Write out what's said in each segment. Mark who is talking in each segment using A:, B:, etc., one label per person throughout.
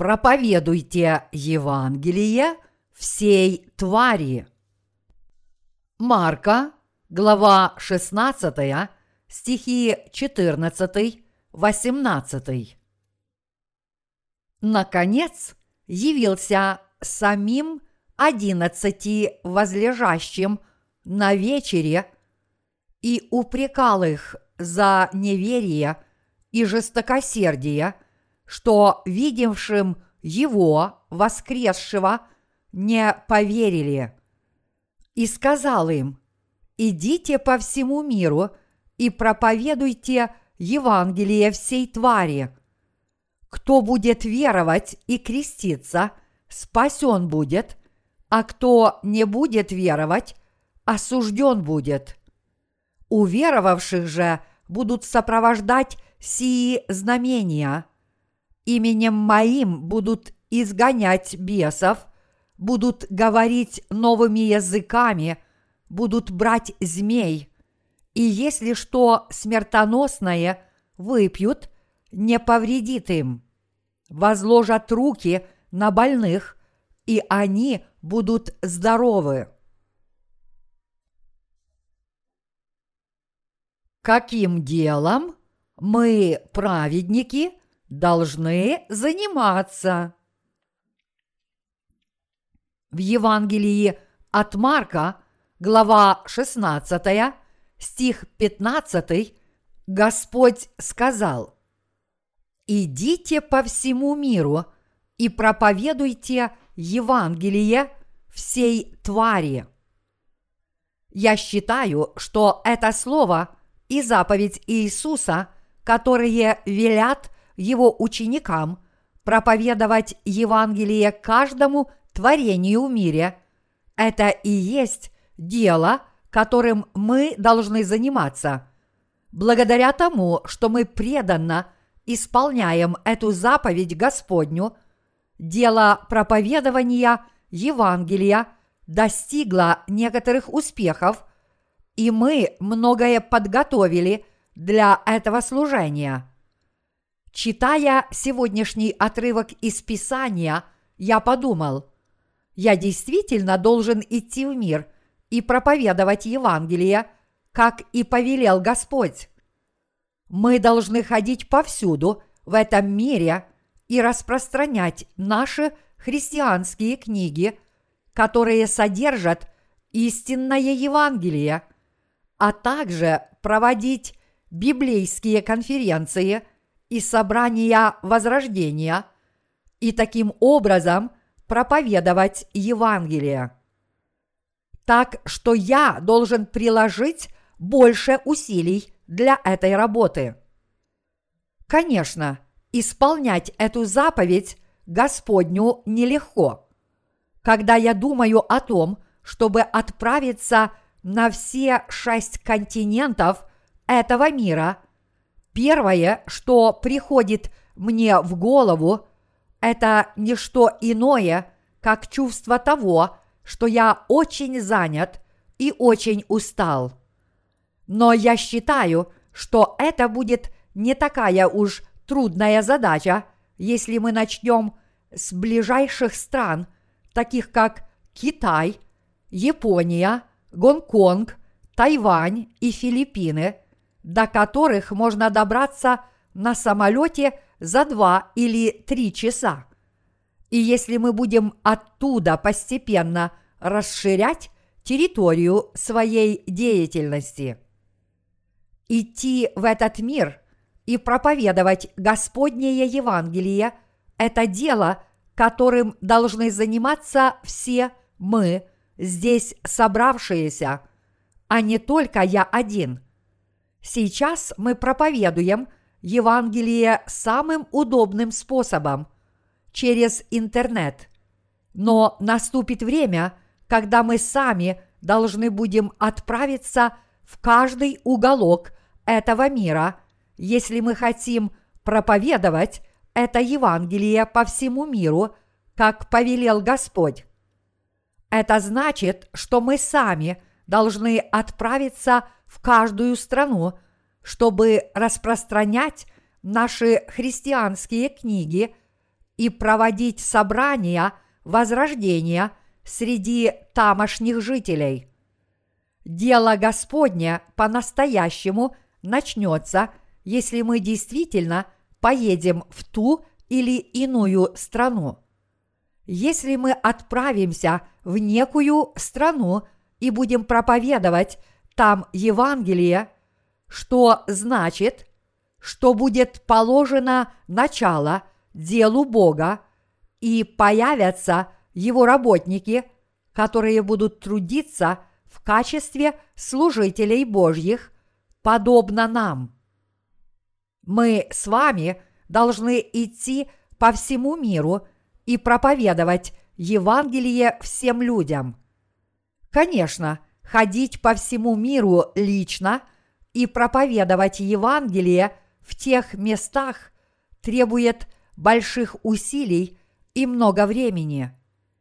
A: проповедуйте Евангелие всей твари. Марка, глава 16, стихи 14-18. Наконец, явился самим 11 возлежащим на вечере и упрекал их за неверие и жестокосердие, что видевшим его, воскресшего, не поверили. И сказал им: «Идите по всему миру и проповедуйте Евангелие всей твари. Кто будет веровать и креститься, спасен будет, а кто не будет веровать, осужден будет. Уверовавших же будут сопровождать сии знамения. Именем Моим будут изгонять бесов, будут говорить новыми языками, будут брать змей, и если что смертоносное выпьют, не повредит им. Возложат руки на больных, и они будут здоровы». Каким делом мы, праведники, должны заниматься? В Евангелии от Марка, глава 16, стих 15, Господь сказал: «Идите по всему миру и проповедуйте Евангелие всей твари». Я считаю, что это слово и заповедь Иисуса, которые велят Его ученикам проповедовать Евангелие каждому творению в мире, это и есть дело, которым мы должны заниматься. Благодаря тому, что мы преданно исполняем эту заповедь Господню, дело проповедования Евангелия достигло некоторых успехов, и мы многое подготовили для этого служения. Читая сегодняшний отрывок из Писания, я подумал: я действительно должен идти в мир и проповедовать Евангелие, как и повелел Господь. Мы должны ходить повсюду в этом мире и распространять наши христианские книги, которые содержат истинное Евангелие, а также проводить библейские конференции и собрания возрождения и таким образом проповедовать Евангелие. Так что я должен приложить больше усилий для этой работы. Конечно, исполнять эту заповедь Господню нелегко. Когда я думаю о том, чтобы отправиться на все 6 континентов этого мира, первое, что приходит мне в голову, это не что иное, как чувство того, что я очень занят и очень устал. Но я считаю, что это будет не такая уж трудная задача, если мы начнем с ближайших стран, таких как Китай, Япония, Гонконг, Тайвань и Филиппины, до которых можно добраться на самолете за 2 или 3 часа. И если мы будем оттуда постепенно расширять территорию своей деятельности, идти в этот мир и проповедовать Господнее Евангелие – это дело, которым должны заниматься все мы, здесь собравшиеся, а не только я один. Сейчас мы проповедуем Евангелие самым удобным способом – через интернет. Но наступит время, когда мы сами должны будем отправиться в каждый уголок этого мира, если мы хотим проповедовать это Евангелие по всему миру, как повелел Господь. Это значит, что мы сами должны отправиться в каждую страну, чтобы распространять наши христианские книги и проводить собрания возрождения среди тамошних жителей. Дело Господне по-настоящему начнется, если мы действительно поедем в ту или иную страну. Если мы отправимся в некую страну и будем проповедовать там Евангелие, что значит, что будет положено начало делу Бога, и появятся Его работники, которые будут трудиться в качестве служителей Божьих, подобно нам. Мы с вами должны идти по всему миру и проповедовать Евангелие всем людям. Конечно, ходить по всему миру лично и проповедовать Евангелие в тех местах требует больших усилий и много времени.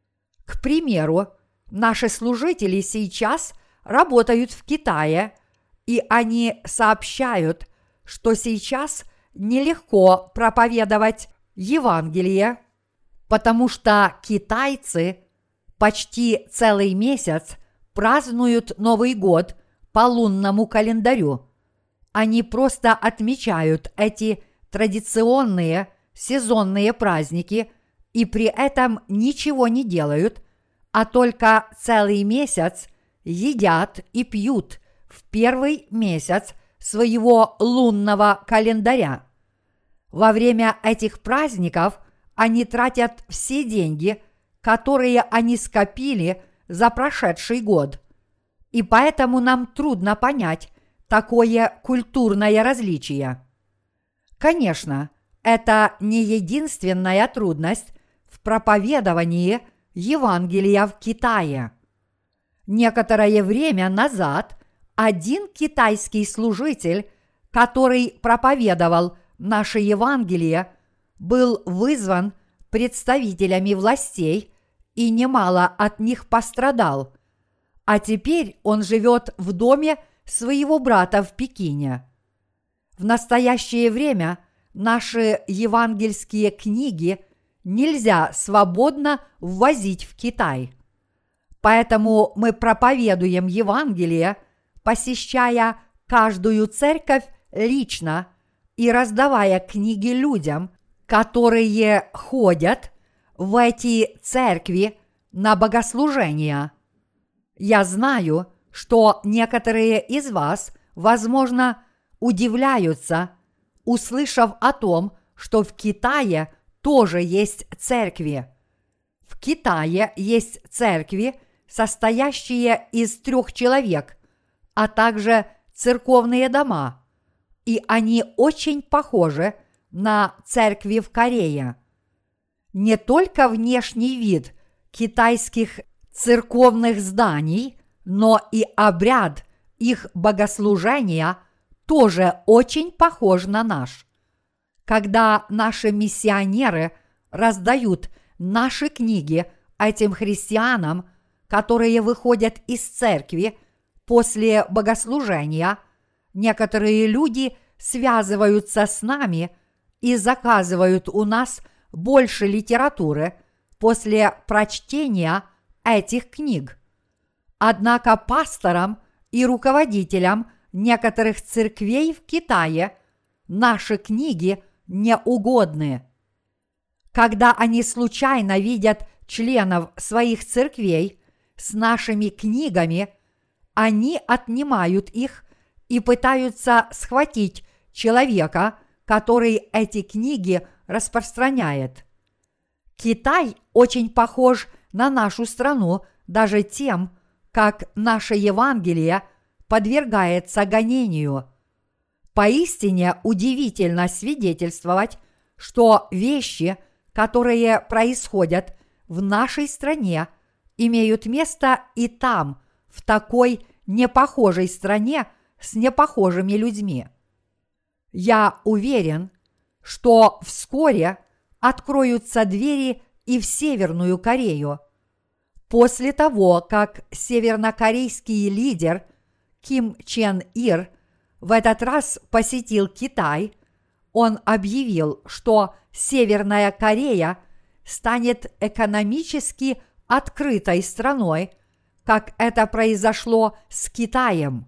A: К примеру, наши служители сейчас работают в Китае, и они сообщают, что сейчас нелегко проповедовать Евангелие, потому что китайцы почти целый месяц празднуют Новый год по лунному календарю. Они просто отмечают эти традиционные сезонные праздники и при этом ничего не делают, а только целый месяц едят и пьют в первый месяц своего лунного календаря. Во время этих праздников они тратят все деньги, которые они скопили за прошедший год. И поэтому нам трудно понять такое культурное различие. Конечно, это не единственная трудность в проповедовании Евангелия в Китае. Некоторое время назад один китайский служитель, который проповедовал наше Евангелие, был вызван представителями властей и немало от них пострадал, а теперь он живет в доме своего брата в Пекине. В настоящее время наши евангельские книги нельзя свободно ввозить в Китай. Поэтому мы проповедуем Евангелие, посещая каждую церковь лично и раздавая книги людям, которые ходят в эти церкви на богослужения. Я знаю, что некоторые из вас, возможно, удивляются, услышав о том, что в Китае тоже есть церкви. В Китае есть церкви, состоящие из 3 человек, а также церковные дома, и они очень похожи на церкви в Корее. Не только внешний вид китайских церковных зданий, но и обряд их богослужения тоже очень похож на наш. Когда наши миссионеры раздают наши книги этим христианам, которые выходят из церкви после богослужения, некоторые люди связываются с нами и заказывают у нас больше литературы после прочтения этих книг. Однако пасторам и руководителям некоторых церквей в Китае наши книги не угодны. Когда они случайно видят членов своих церквей с нашими книгами, они отнимают их и пытаются схватить человека, который эти книги распространяет. Китай очень похож на нашу страну даже тем, как наше Евангелие подвергается гонению. Поистине удивительно свидетельствовать, что вещи, которые происходят в нашей стране, имеют место и там, в такой непохожей стране с непохожими людьми. Я уверен, что вскоре откроются двери и в Северную Корею. После того, как севернокорейский лидер Ким Чен Ир в этот раз посетил Китай, он объявил, что Северная Корея станет экономически открытой страной, как это произошло с Китаем.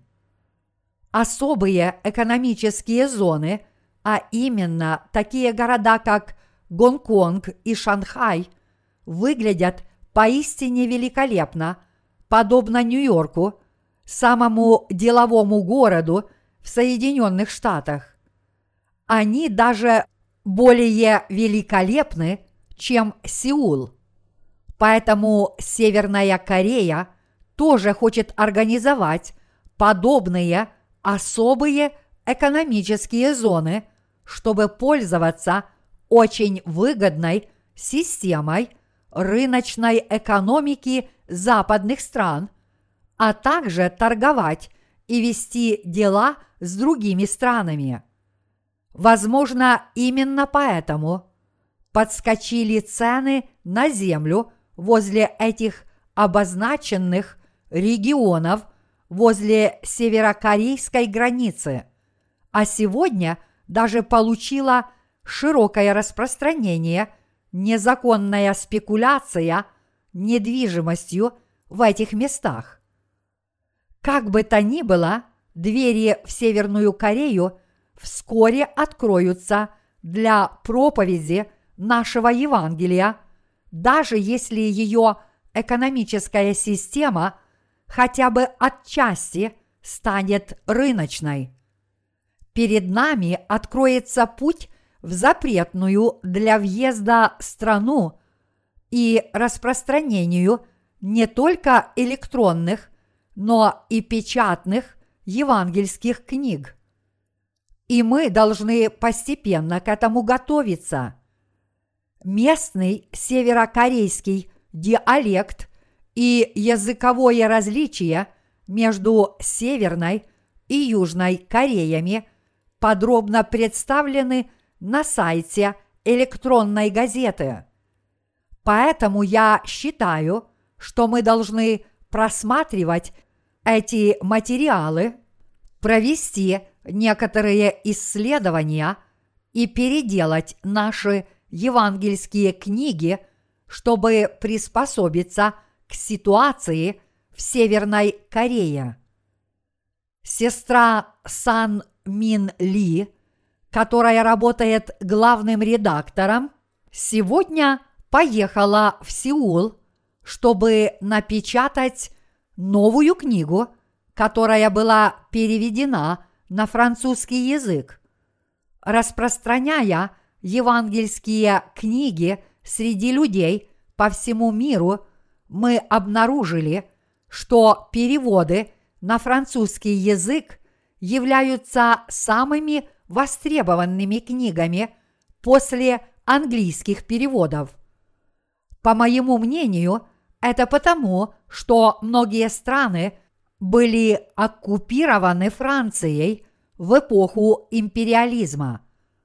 A: Особые экономические зоны, а именно такие города, как Гонконг и Шанхай, выглядят поистине великолепно, подобно Нью-Йорку, самому деловому городу в Соединенных Штатах. Они даже более великолепны, чем Сеул. Поэтому Северная Корея тоже хочет организовать подобные особые экономические зоны, чтобы пользоваться очень выгодной системой рыночной экономики западных стран, а также торговать и вести дела с другими странами. Возможно, именно поэтому подскочили цены на землю возле этих обозначенных регионов возле северокорейской границы, а сегодня даже получила широкое распространение незаконная спекуляция недвижимостью в этих местах. Как бы то ни было, двери в Северную Корею вскоре откроются для проповеди нашего Евангелия, даже если ее экономическая система хотя бы отчасти станет рыночной. Перед нами откроется путь в запретную для въезда страну и распространению не только электронных, но и печатных евангельских книг. И мы должны постепенно к этому готовиться. Местный северокорейский диалект и языковое различие между Северной и Южной Кореями подробно представлены на сайте электронной газеты. Поэтому я считаю, что мы должны просматривать эти материалы, провести некоторые исследования и переделать наши евангельские книги, чтобы приспособиться к ситуации в Северной Корее. Сестра Сан Мин Ли, которая работает главным редактором, сегодня поехала в Сеул, чтобы напечатать новую книгу, которая была переведена на французский язык. Распространяя евангельские книги среди людей по всему миру, мы обнаружили, что переводы на французский язык являются самыми востребованными книгами после английских переводов. По моему мнению, это потому, что многие страны были оккупированы Францией в эпоху империализма.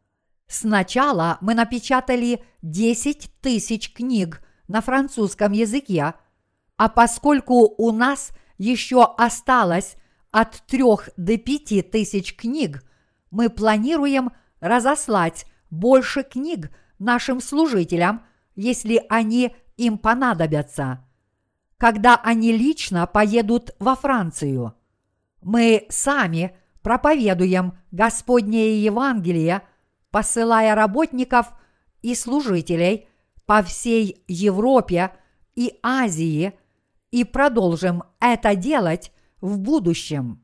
A: Сначала мы напечатали 10 тысяч книг на французском языке, а поскольку у нас еще осталось от 3 до 5 тысяч книг, мы планируем разослать больше книг нашим служителям, если они им понадобятся, когда они лично поедут во Францию. Мы сами проповедуем Господнее Евангелие, посылая работников и служителей по всей Европе и Азии, и продолжим это делать в будущем.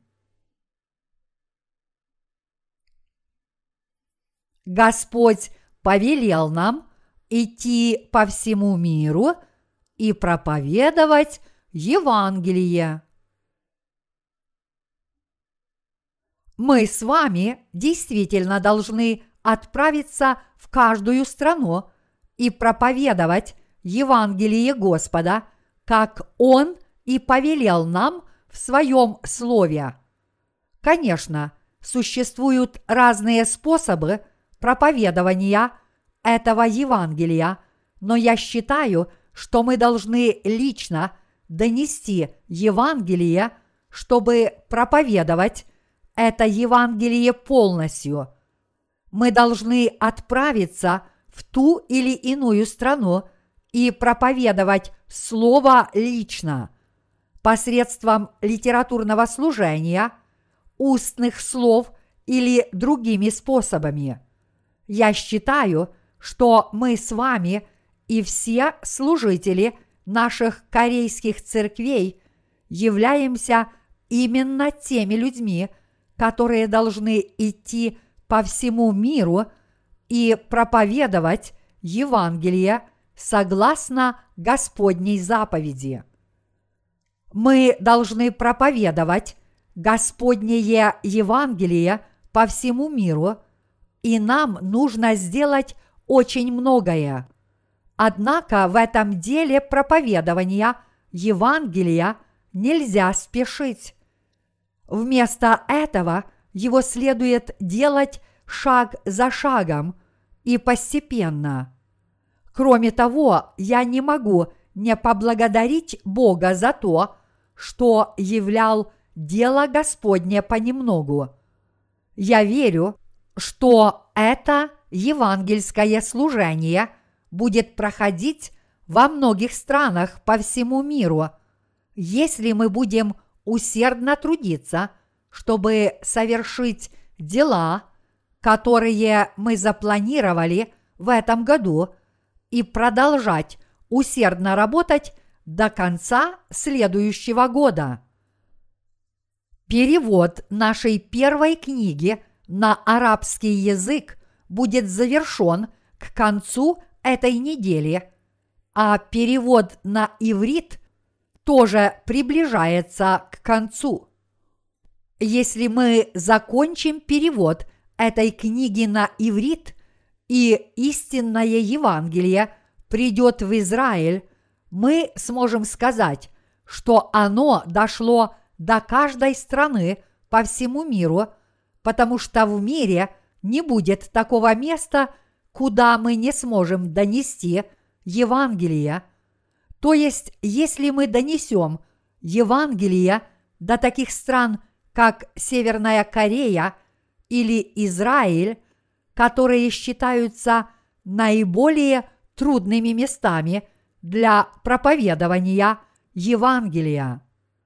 A: Господь повелел нам идти по всему миру и проповедовать Евангелие. Мы с вами действительно должны отправиться в каждую страну и проповедовать Евангелие Господа, как Он и повелел нам в Своем Слове. Конечно, существуют разные способы проповедования этого Евангелия, но я считаю, что мы должны лично донести Евангелие, чтобы проповедовать это Евангелие полностью. Мы должны отправиться в ту или иную страну и проповедовать Слово лично, посредством литературного служения, устных слов или другими способами. Я считаю, что мы с вами и все служители наших корейских церквей являемся именно теми людьми, которые должны идти по всему миру и проповедовать Евангелие согласно Господней заповеди. Мы должны проповедовать Господнее Евангелие по всему миру, и нам нужно сделать очень многое. Однако в этом деле проповедования Евангелия нельзя спешить. Вместо этого его следует делать шаг за шагом и постепенно. Кроме того, я не могу не поблагодарить Бога за то, что являл дело Господне понемногу. Я верю, что это евангельское служение будет проходить во многих странах по всему миру, если мы будем усердно трудиться, чтобы совершить дела, которые мы запланировали в этом году, и продолжать усердно работать до конца следующего года. Перевод нашей первой книги на арабский язык будет завершен к концу этой недели, а перевод на иврит тоже приближается к концу. Если мы закончим перевод этой книги на иврит, и истинное Евангелие придет в Израиль, мы сможем сказать, что оно дошло до каждой страны по всему миру, потому что в мире не будет такого места, куда мы не сможем донести Евангелие. То есть, если мы донесем Евангелие до таких стран, как Северная Корея или Израиль, которые считаются наиболее трудными местами для проповедования Евангелия.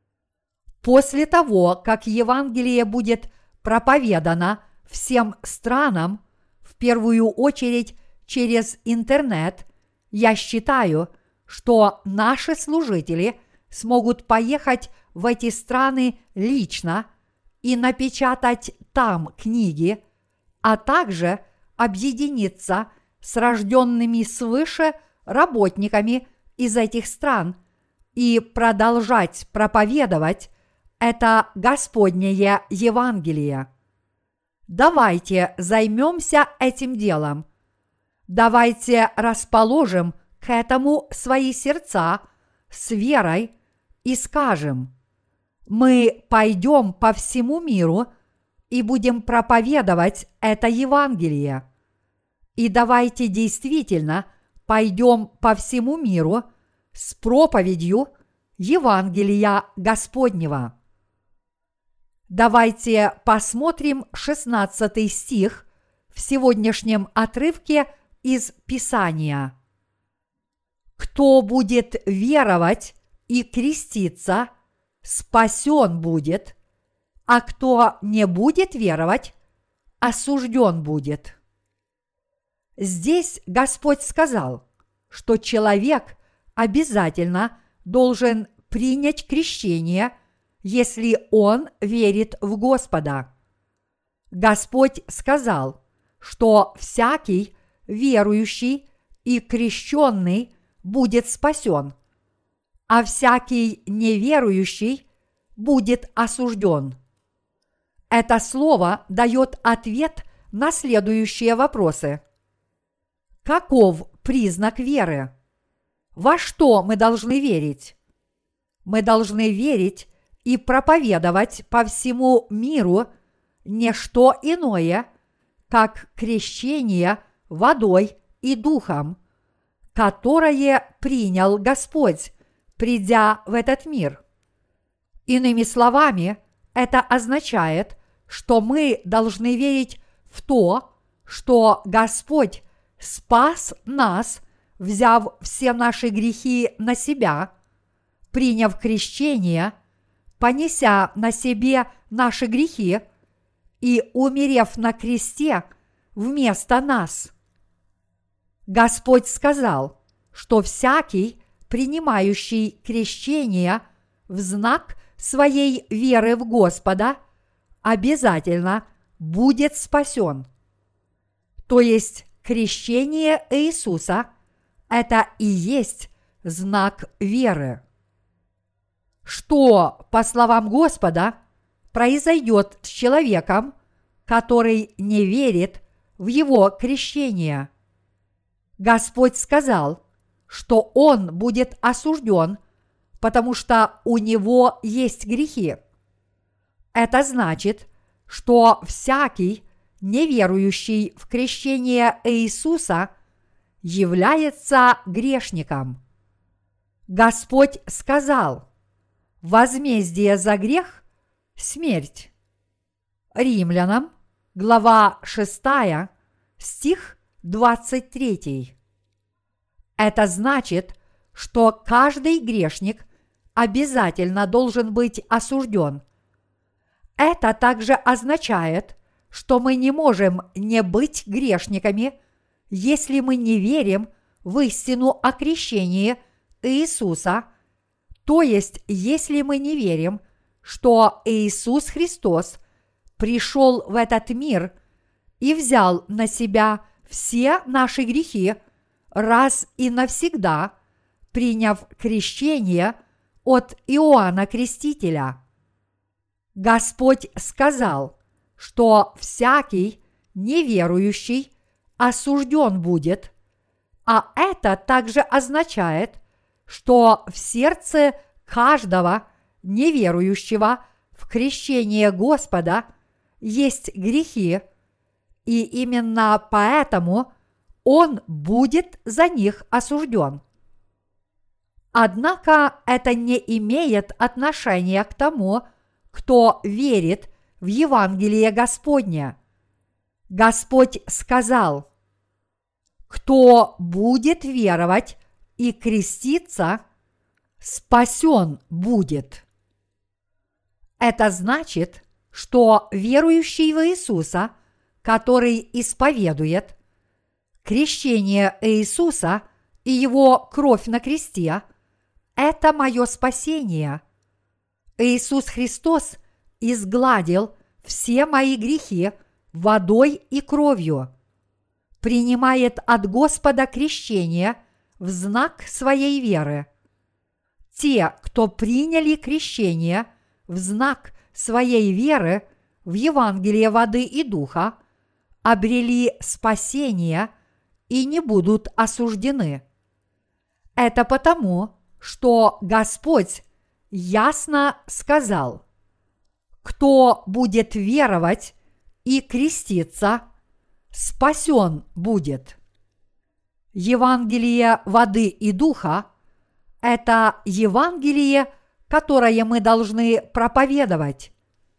A: После того, как Евангелие будет проповедано всем странам, в первую очередь через интернет, я считаю, что наши служители смогут поехать в эти страны лично и напечатать там книги, а также объединиться с рожденными свыше работниками из этих стран и продолжать проповедовать это Господнее Евангелие. Давайте займемся этим делом. Давайте расположим к этому свои сердца с верой и скажем: мы пойдем по всему миру и будем проповедовать это Евангелие. И давайте действительно пойдем по всему миру с проповедью Евангелия Господнего. Давайте посмотрим 16 стих в сегодняшнем отрывке из Писания. «Кто будет веровать и креститься, спасен будет, а кто не будет веровать, осужден будет». Здесь Господь сказал, что человек обязательно должен принять крещение, если он верит в Господа. Господь сказал, что всякий верующий и крещенный будет спасен, а всякий неверующий будет осужден. Это слово дает ответ на следующие вопросы. Каков признак веры? Во что мы должны верить? Мы должны верить и проповедовать по всему миру не что иное, как крещение водой и духом, которое принял Господь, придя в этот мир. Иными словами, это означает, что мы должны верить в то, что Господь спас нас взяв все наши грехи на себя, приняв крещение, понеся на себе наши грехи и умерев на кресте вместо нас. Господь сказал, что всякий, принимающий крещение в знак своей веры в Господа, обязательно будет спасен. То есть крещение Иисуса – это и есть знак веры. Что, по словам Господа, произойдет с человеком, который не верит в его крещение? Господь сказал, что он будет осужден, потому что у него есть грехи. Это значит, что всякий, неверующий в крещение Иисуса, является грешником. Господь сказал: возмездие за грех – смерть. Римлянам, глава 6, стих 23. Это значит, что каждый грешник обязательно должен быть осужден. Это также означает, что мы не можем не быть грешниками, если мы не верим в истину о крещении Иисуса, то есть если мы не верим, что Иисус Христос пришел в этот мир и взял на себя все наши грехи раз и навсегда, приняв крещение от Иоанна Крестителя. Господь сказал, что всякий неверующий осужден будет, а это также означает, что в сердце каждого неверующего в крещение Господа есть грехи, и именно поэтому он будет за них осужден. Однако это не имеет отношения к тому, кто верит в Евангелие Господне. Господь сказал: кто будет веровать и креститься, спасен будет. Это значит, что верующий в Иисуса, который исповедует крещение Иисуса и Его кровь на кресте, это мое спасение. Иисус Христос изгладил все мои грехи водой и кровью, принимает от Господа крещение в знак своей веры. Те, кто приняли крещение в знак своей веры в Евангелие воды и духа, обрели спасение и не будут осуждены. Это потому, что Господь ясно сказал: кто будет веровать и креститься, спасен будет. Евангелие воды и духа – это Евангелие, которое мы должны проповедовать.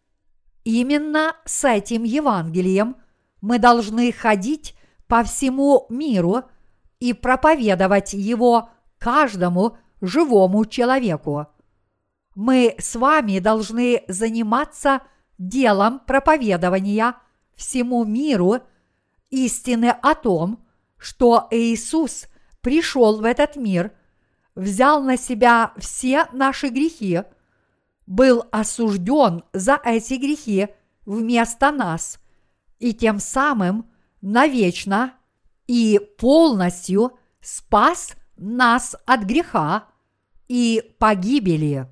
A: Именно с этим Евангелием мы должны ходить по всему миру и проповедовать его каждому живому человеку. Мы с вами должны заниматься делом проповедования всему миру истины о том, что Иисус пришел в этот мир, взял на себя все наши грехи, был осужден за эти грехи вместо нас и тем самым навечно и полностью спас нас от греха и погибели.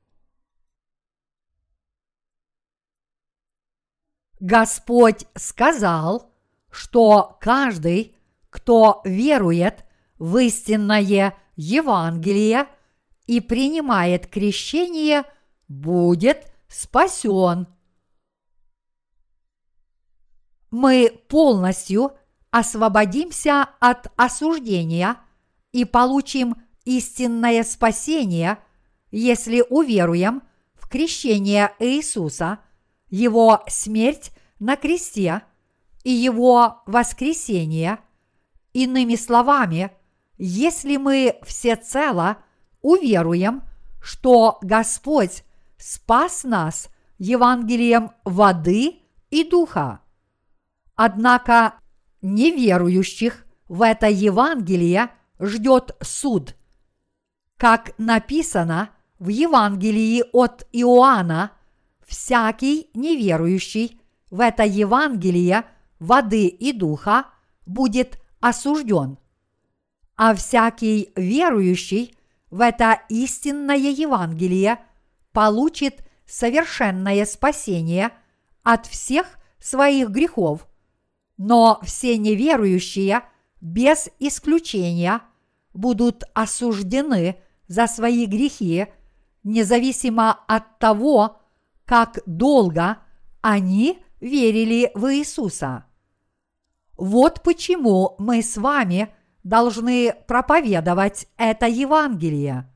A: Господь сказал, что каждый, кто верует в истинное Евангелие и принимает крещение, будет спасен. Мы полностью освободимся от осуждения и получим истинное спасение, если уверуем в крещение Иисуса, Его смерть на кресте и Его воскресение, иными словами, Если мы всецело уверуем, что Господь спас нас Евангелием воды и духа. Однако неверующих в это Евангелие ждет суд. Как написано в Евангелии от Иоанна, всякий неверующий в это Евангелие воды и духа будет осужден, а всякий верующий в это истинное Евангелие получит совершенное спасение от всех своих грехов, но все неверующие без исключения будут осуждены за свои грехи, независимо от того, как долго они верили в Иисуса. Вот почему мы с вами должны проповедовать это Евангелие.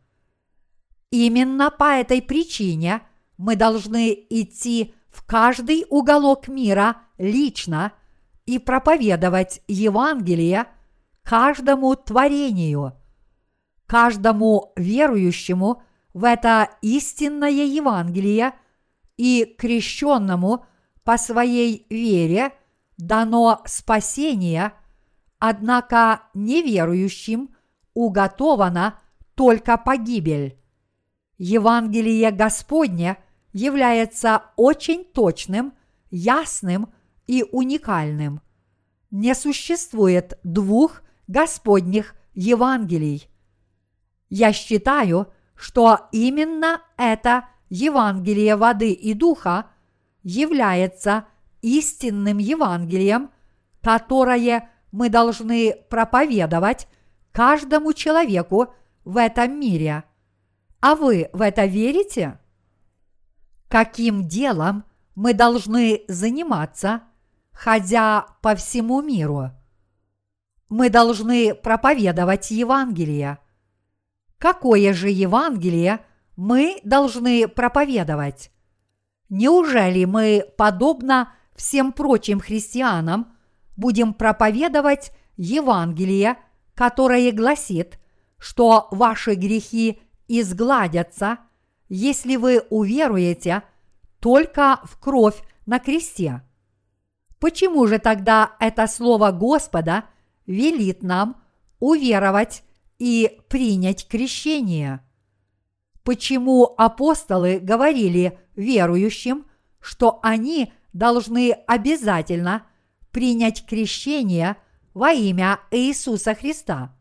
A: Именно по этой причине мы должны идти в каждый уголок мира лично и проповедовать Евангелие каждому творению, каждому верующему в это истинное Евангелие и крещенному по своей вере дано спасение, однако неверующим уготована только погибель. Евангелие Господне является очень точным, ясным и уникальным. Не существует двух Господних Евангелий. Я считаю, что именно это Евангелие воды и духа является истинным Евангелием, которое мы должны проповедовать каждому человеку в этом мире. А вы в это верите? Каким делом мы должны заниматься, ходя по всему миру? Мы должны проповедовать Евангелие. Какое же Евангелие мы должны проповедовать? Неужели мы, подобно всем прочим христианам, будем проповедовать Евангелие, которое гласит, что ваши грехи изгладятся, если вы уверуете только в кровь на кресте? Почему же тогда это слово Господа велит нам уверовать и принять крещение? Почему апостолы говорили верующим, что они должны обязательно принять крещение во имя Иисуса Христа?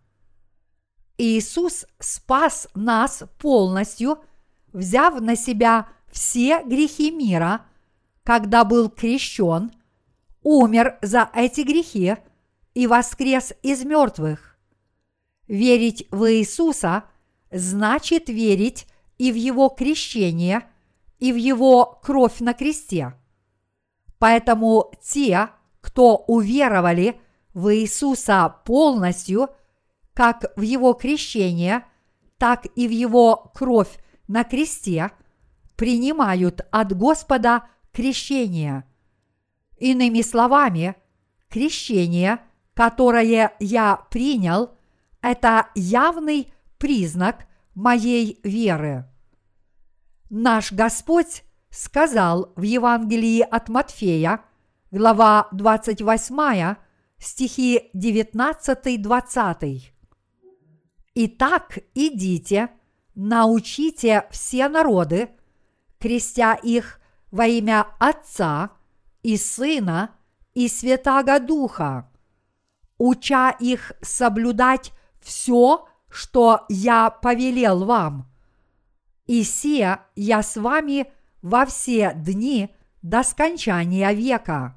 A: Иисус спас нас полностью, взяв на себя все грехи мира, когда был крещен, умер за эти грехи и воскрес из мертвых. Верить в Иисуса значит верить и в Его крещение, и в Его кровь на кресте. Поэтому те, кто уверовали в Иисуса полностью, как в Его крещение, так и в Его кровь на кресте, принимают от Господа крещение. Иными словами, крещение, которое я принял, это явный признак моей веры. Наш Господь сказал в Евангелии от Матфея, глава 28, стихи 19-20. «Итак, идите, научите все народы, крестя их во имя Отца и Сына и Святаго Духа, уча их соблюдать все, что я повелел вам. И се я с вами во все дни до скончания века».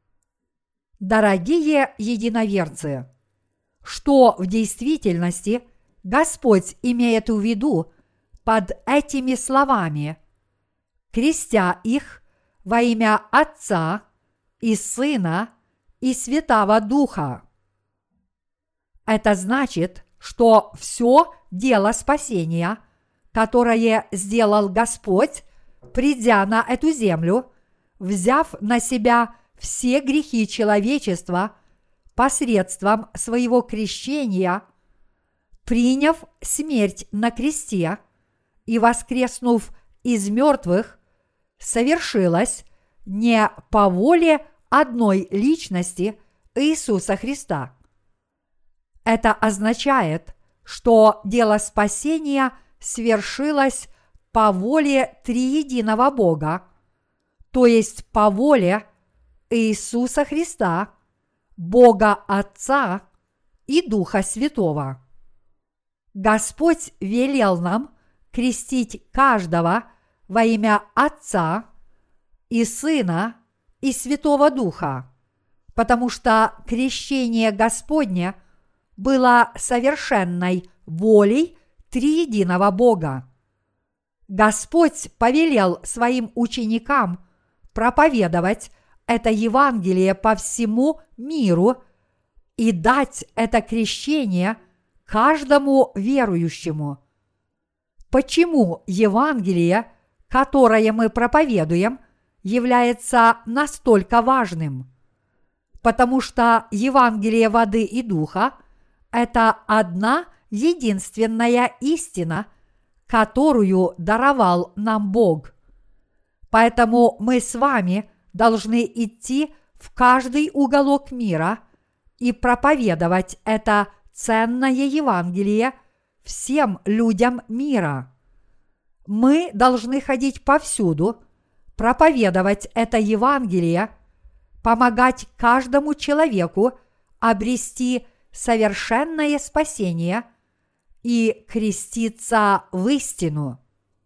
A: Дорогие единоверцы, что в действительности Господь имеет в виду под этими словами, крестя их во имя Отца и Сына и Святаго Духа? Это значит, что все дело спасения, которое сделал Господь, придя на эту землю, взяв на себя все грехи человечества посредством своего крещения, приняв смерть на кресте и воскреснув из мертвых, совершилось не по воле одной личности Иисуса Христа. Это означает, что дело спасения свершилось по воле триединого Бога, то есть по воле Иисуса Христа, Бога Отца и Духа Святого. Господь велел нам крестить каждого во имя Отца и Сына и Святого Духа, потому что крещение Господне было совершенной волей триединого Бога. Господь повелел своим ученикам проповедовать это Евангелие по всему миру и дать это крещение каждому верующему. Почему Евангелие, которое мы проповедуем, является настолько важным? Потому что Евангелие воды и духа – это одна единственная истина, которую даровал нам Бог. Поэтому мы с вами должны идти в каждый уголок мира и проповедовать это ценное Евангелие всем людям мира. Мы должны ходить повсюду, проповедовать это Евангелие, помогать каждому человеку обрести совершенное спасение и креститься в истину.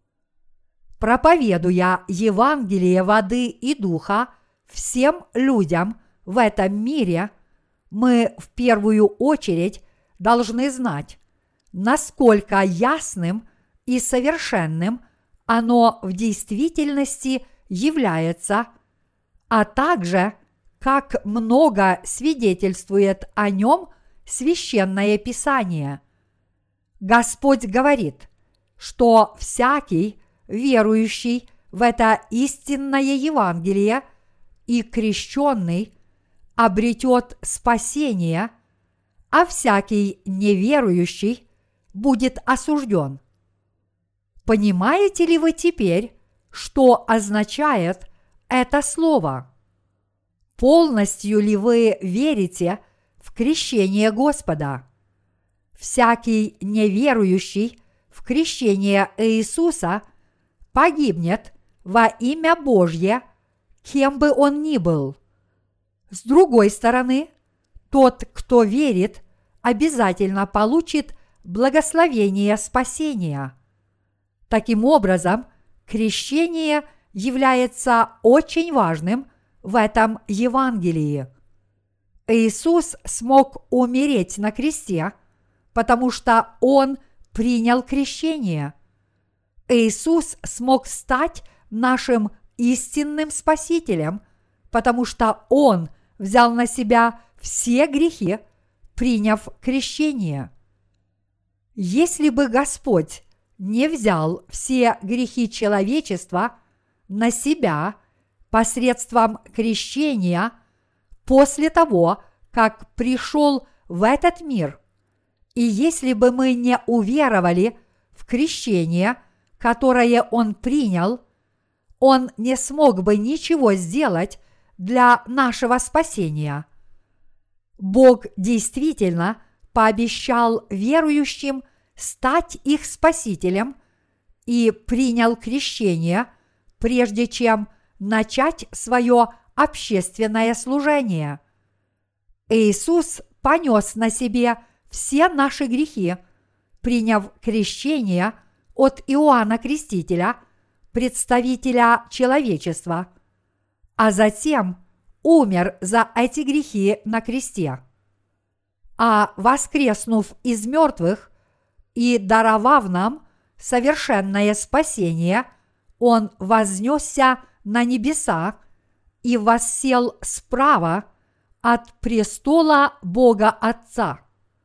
A: Проповедуя Евангелие воды и духа всем людям в этом мире, мы в первую очередь должны знать, насколько ясным и совершенным оно в действительности является, а также как много свидетельствует о нем Священное Писание. Господь говорит, что всякий, верующий в это истинное Евангелие и крещенный, обретет спасение, а всякий неверующий будет осужден. Понимаете ли вы теперь, что означает это слово? Полностью ли вы верите в крещение Господа? Всякий неверующий в крещение Иисуса погибнет во имя Божье, кем бы он ни был. С другой стороны, тот, кто верит, обязательно получит благословение спасения. Таким образом, крещение является очень важным в этом Евангелии. Иисус смог умереть на кресте, потому что Он принял крещение. Иисус смог стать нашим истинным Спасителем, потому что Он взял на себя все грехи, приняв крещение. Если бы Господь не взял все грехи человечества на себя посредством крещения после того, как пришел в этот мир, и если бы мы не уверовали в крещение, которое Он принял, Он не смог бы ничего сделать для нашего спасения. Бог действительно пообещал верующим стать их спасителем и принял крещение, прежде чем начать свое общественное служение. Иисус понес на себе все наши грехи, приняв крещение от Иоанна Крестителя, представителя человечества, а затем умер за эти грехи на кресте. А воскреснув из мертвых и даровав нам совершенное спасение, Он вознесся на небеса и воссел справа от престола Бога Отца.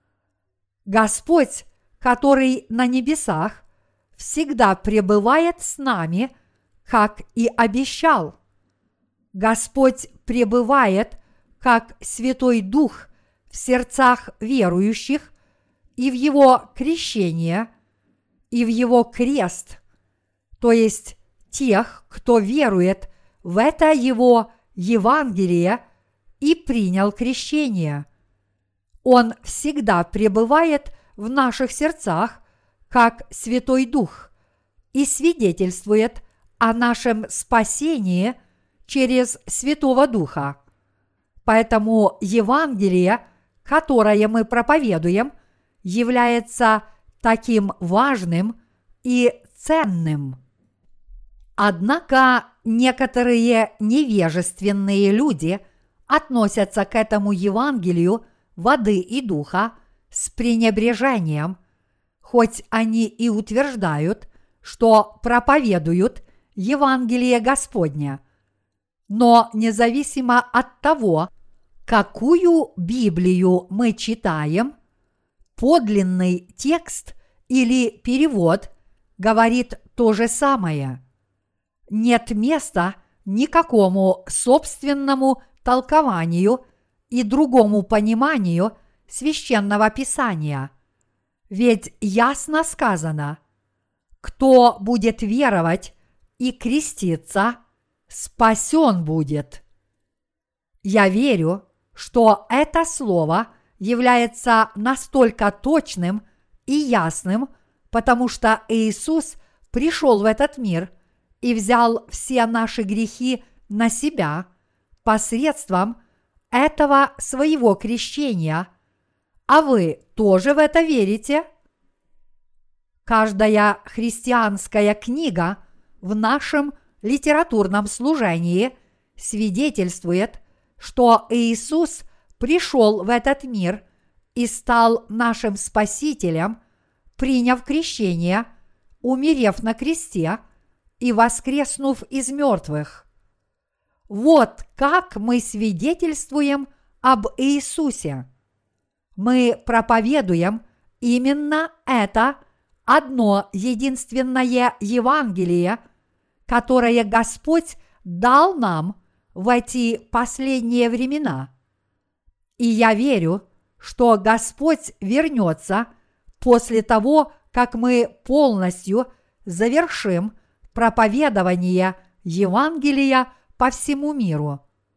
A: Господь, который на небесах, всегда пребывает с нами, как и обещал. Господь пребывает, как Святой Дух, в сердцах верующих и в Его крещение, и в Его крест, то есть тех, кто верует в это Его Евангелие и принял крещение. Он всегда пребывает в наших сердцах, как Святой Дух, и свидетельствует о нашем спасении через Святого Духа. Поэтому Евангелие, которое мы проповедуем, является таким важным и ценным. Однако некоторые невежественные люди относятся к этому Евангелию воды и духа с пренебрежением, хоть они и утверждают, что проповедуют Евангелие Господне. Но независимо от того, какую Библию мы читаем, подлинный текст или перевод говорит то же самое. Нет места никакому собственному толкованию и другому пониманию священного писания. Ведь ясно сказано: кто будет веровать и креститься, спасен будет. Я верю, что это слово является настолько точным и ясным, потому что Иисус пришел в этот мир и взял все наши грехи на себя посредством этого своего крещения. А вы тоже в это верите? Каждая христианская книга в нашем литературном служении свидетельствует, что Иисус пришел в этот мир и стал нашим Спасителем, приняв крещение, умерев на кресте и воскреснув из мертвых. Вот как мы свидетельствуем об Иисусе. Мы проповедуем именно это одно единственное Евангелие, которое Господь дал нам в эти последние времена. И я верю, что Господь вернется после того, как мы полностью завершим проповедование Евангелия по всему миру.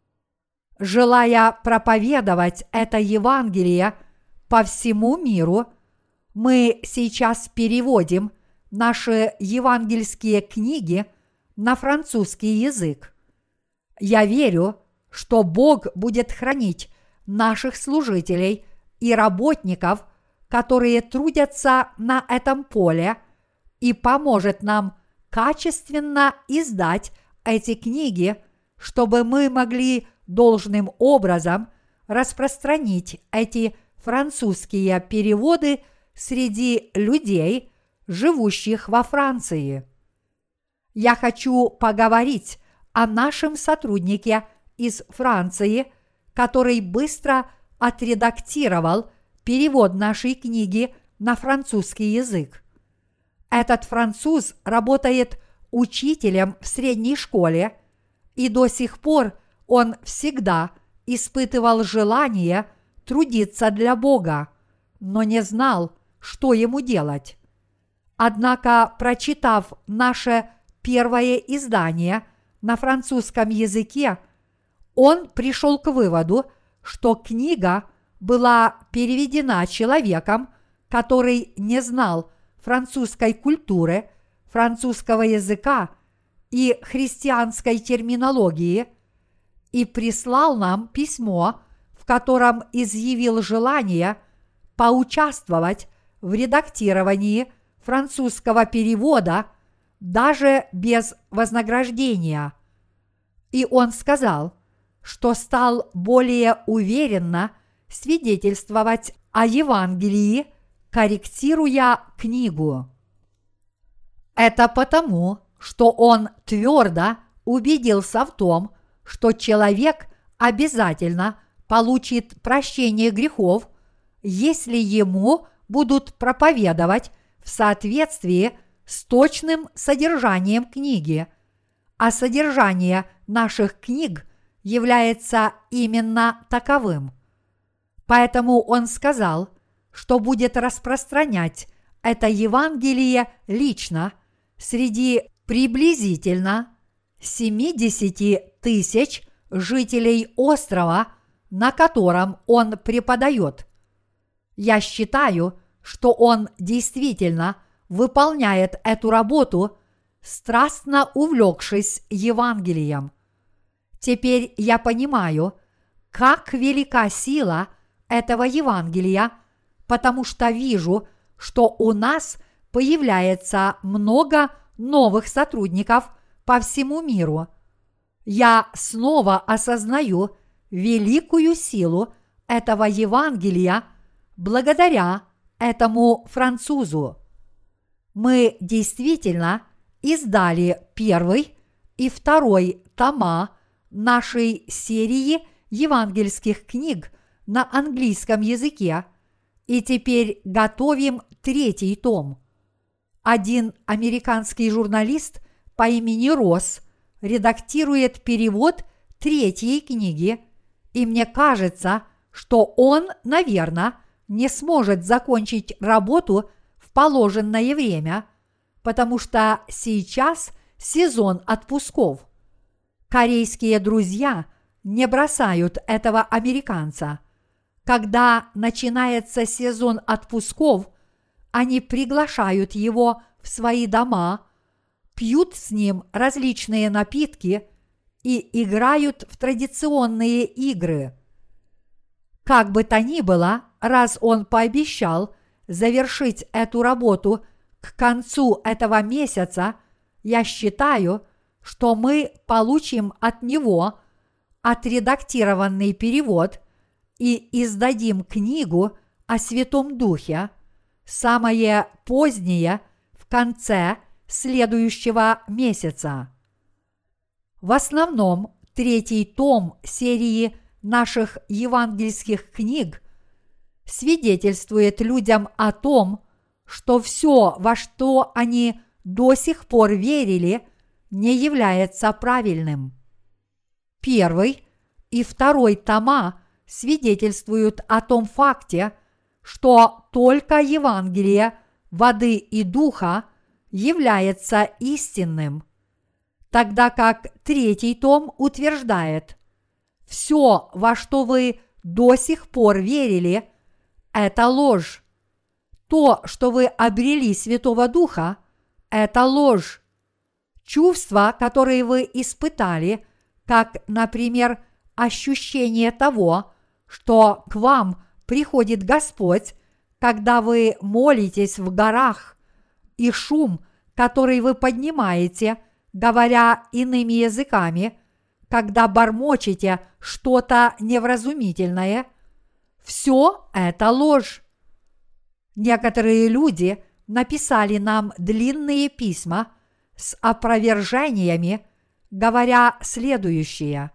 A: Желая проповедовать это Евангелие по всему миру, мы сейчас переводим наши евангельские книги на французский язык. Я верю, что Бог будет хранить наших служителей и работников, которые трудятся на этом поле, и поможет нам качественно издать эти книги, чтобы мы могли должным образом распространить эти французские переводы среди людей, живущих во Франции. Я хочу поговорить о нашем сотруднике из Франции, который быстро отредактировал перевод нашей книги на французский язык. Этот француз работает учителем в средней школе, и до сих пор он всегда испытывал желание трудиться для Бога, но не знал, что ему делать. Однако, прочитав наше первое издание на французском языке, он пришел к выводу, что книга была переведена человеком, который не знал французской культуры, французского языка и христианской терминологии, и прислал нам письмо, в котором изъявил желание поучаствовать в редактировании французского перевода даже без вознаграждения. И он сказал, что стал более уверенно свидетельствовать о Евангелии, корректируя книгу. Это потому, что он твердо убедился в том, что человек обязательно получит прощение грехов, если ему будут проповедовать в соответствии с точным содержанием книги, а содержание наших книг является именно таковым. Поэтому он сказал, что будет распространять это Евангелие лично среди приблизительно 70 тысяч жителей острова, на котором он преподает. Я считаю, что он действительно выполняет эту работу, страстно увлекшись Евангелием. Теперь я понимаю, как велика сила этого Евангелия, потому что вижу, что у нас появляется много новых сотрудников по всему миру. Я снова осознаю великую силу этого Евангелия благодаря этому французу. Мы действительно издали первый и второй тома нашей серии евангельских книг на английском языке и теперь готовим третий том. Один американский журналист по имени Росс редактирует перевод третьей книги, и мне кажется, что он, наверное, не сможет закончить работу в положенное время, потому что сейчас сезон отпусков. Корейские друзья не бросают этого американца. Когда начинается сезон отпусков, они приглашают его в свои дома, пьют с ним различные напитки и играют в традиционные игры. Как бы то ни было, раз он пообещал завершить эту работу к концу этого месяца, я считаю, что мы получим от него отредактированный перевод и издадим книгу о Святом Духе, самое позднее в конце следующего месяца. В основном третий том серии наших евангельских книг свидетельствует людям о том, что все, во что они до сих пор верили, не является правильным. Первый и второй тома свидетельствуют о том факте, что только Евангелие воды и духа является истинным, тогда как третий том утверждает: все, во что вы до сих пор верили, это ложь. То, что вы обрели Святого Духа, это ложь. Чувства, которые вы испытали, как, например, ощущение того, что к вам приходит Господь, когда вы молитесь в горах, и шум, который вы поднимаете, говоря иными языками, когда бормочете что-то невразумительное, все это ложь. Некоторые люди написали нам длинные письма с опровержениями, говоря следующее: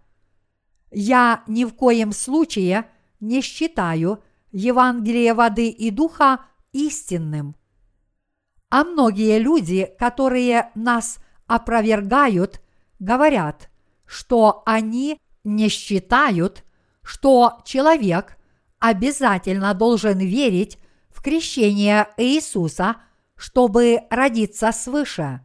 A: «Я ни в коем случае не считаю Евангелие воды и духа истинным». А многие люди, которые нас опровергают, говорят, что они не считают, что человек обязательно должен верить в крещение Иисуса, чтобы родиться свыше.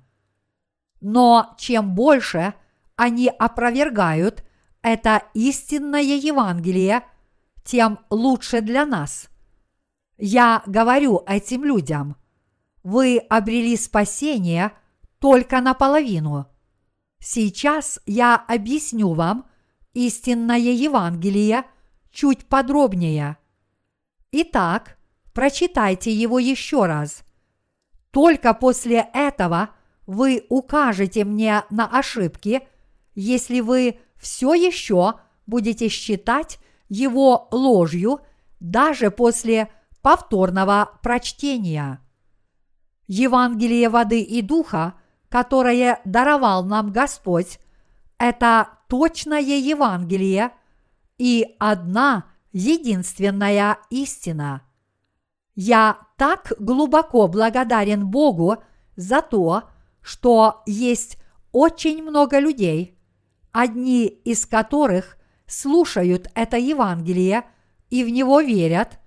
A: Но чем больше они опровергают это истинное Евангелие, тем лучше для нас. Я говорю этим людям: вы обрели спасение только наполовину. Сейчас я объясню вам истинное Евангелие чуть подробнее. Итак, прочитайте его еще раз. Только после этого вы укажете мне на ошибки, если вы все еще будете считать его ложью даже после повторного прочтения. Евангелие воды и духа, которое даровал нам Господь, это точное Евангелие и одна единственная истина. Я так глубоко благодарен Богу за то, что есть очень много людей, одни из которых слушают это Евангелие и в него верят,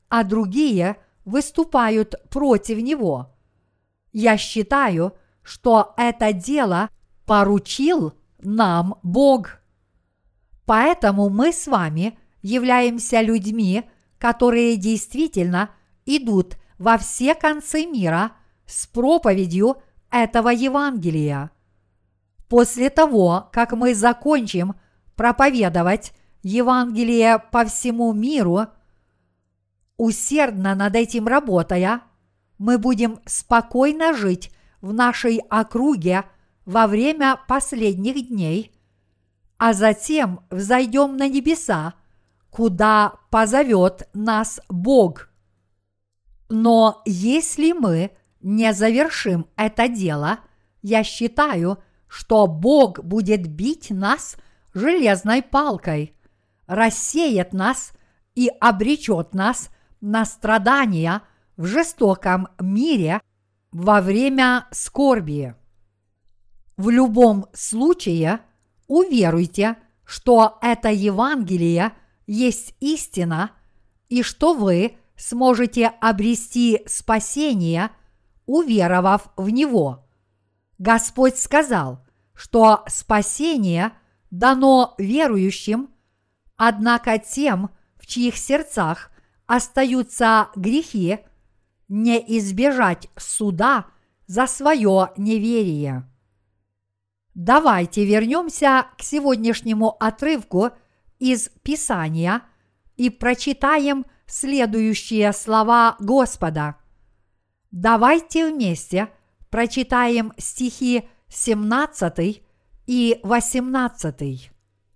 A: а другие выступают против него. Я считаю, что это дело поручил нам Бог. Поэтому мы с вами являемся людьми, которые действительно идут во все концы мира с проповедью этого Евангелия. После того, как мы закончим проповедовать Евангелие по всему миру, усердно над этим работая, мы будем спокойно жить в нашей округе во время последних дней, а затем взойдем на небеса, куда позовет нас Бог. Но если мы не завершим это дело, я считаю, что Бог будет бить нас железной палкой, рассеет нас и обречет нас на страдания в жестоком мире во время скорби. В любом случае, уверуйте, что это Евангелие есть истина и что вы сможете обрести спасение, уверовав в него. Господь сказал, что спасение дано верующим, однако тем, в чьих сердцах остаются грехи, не избежать суда за свое неверие. Давайте вернемся к сегодняшнему отрывку из Писания и прочитаем следующие слова Господа. Давайте вместе прочитаем стихи 17 и 18.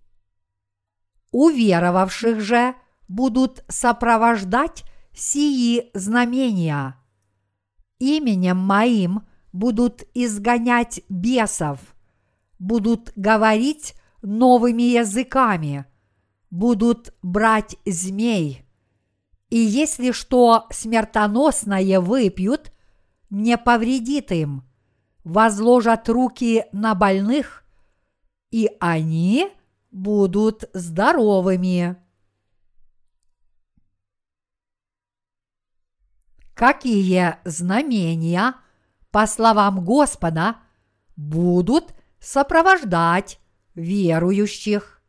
A: «Уверовавших же будут сопровождать сии знамения. Именем моим будут изгонять бесов, будут говорить новыми языками, будут брать змей. И если что смертоносное выпьют, не повредит им, возложат руки на больных, и они будут здоровыми». Какие знамения, по словам Господа, будут сопровождать верующих?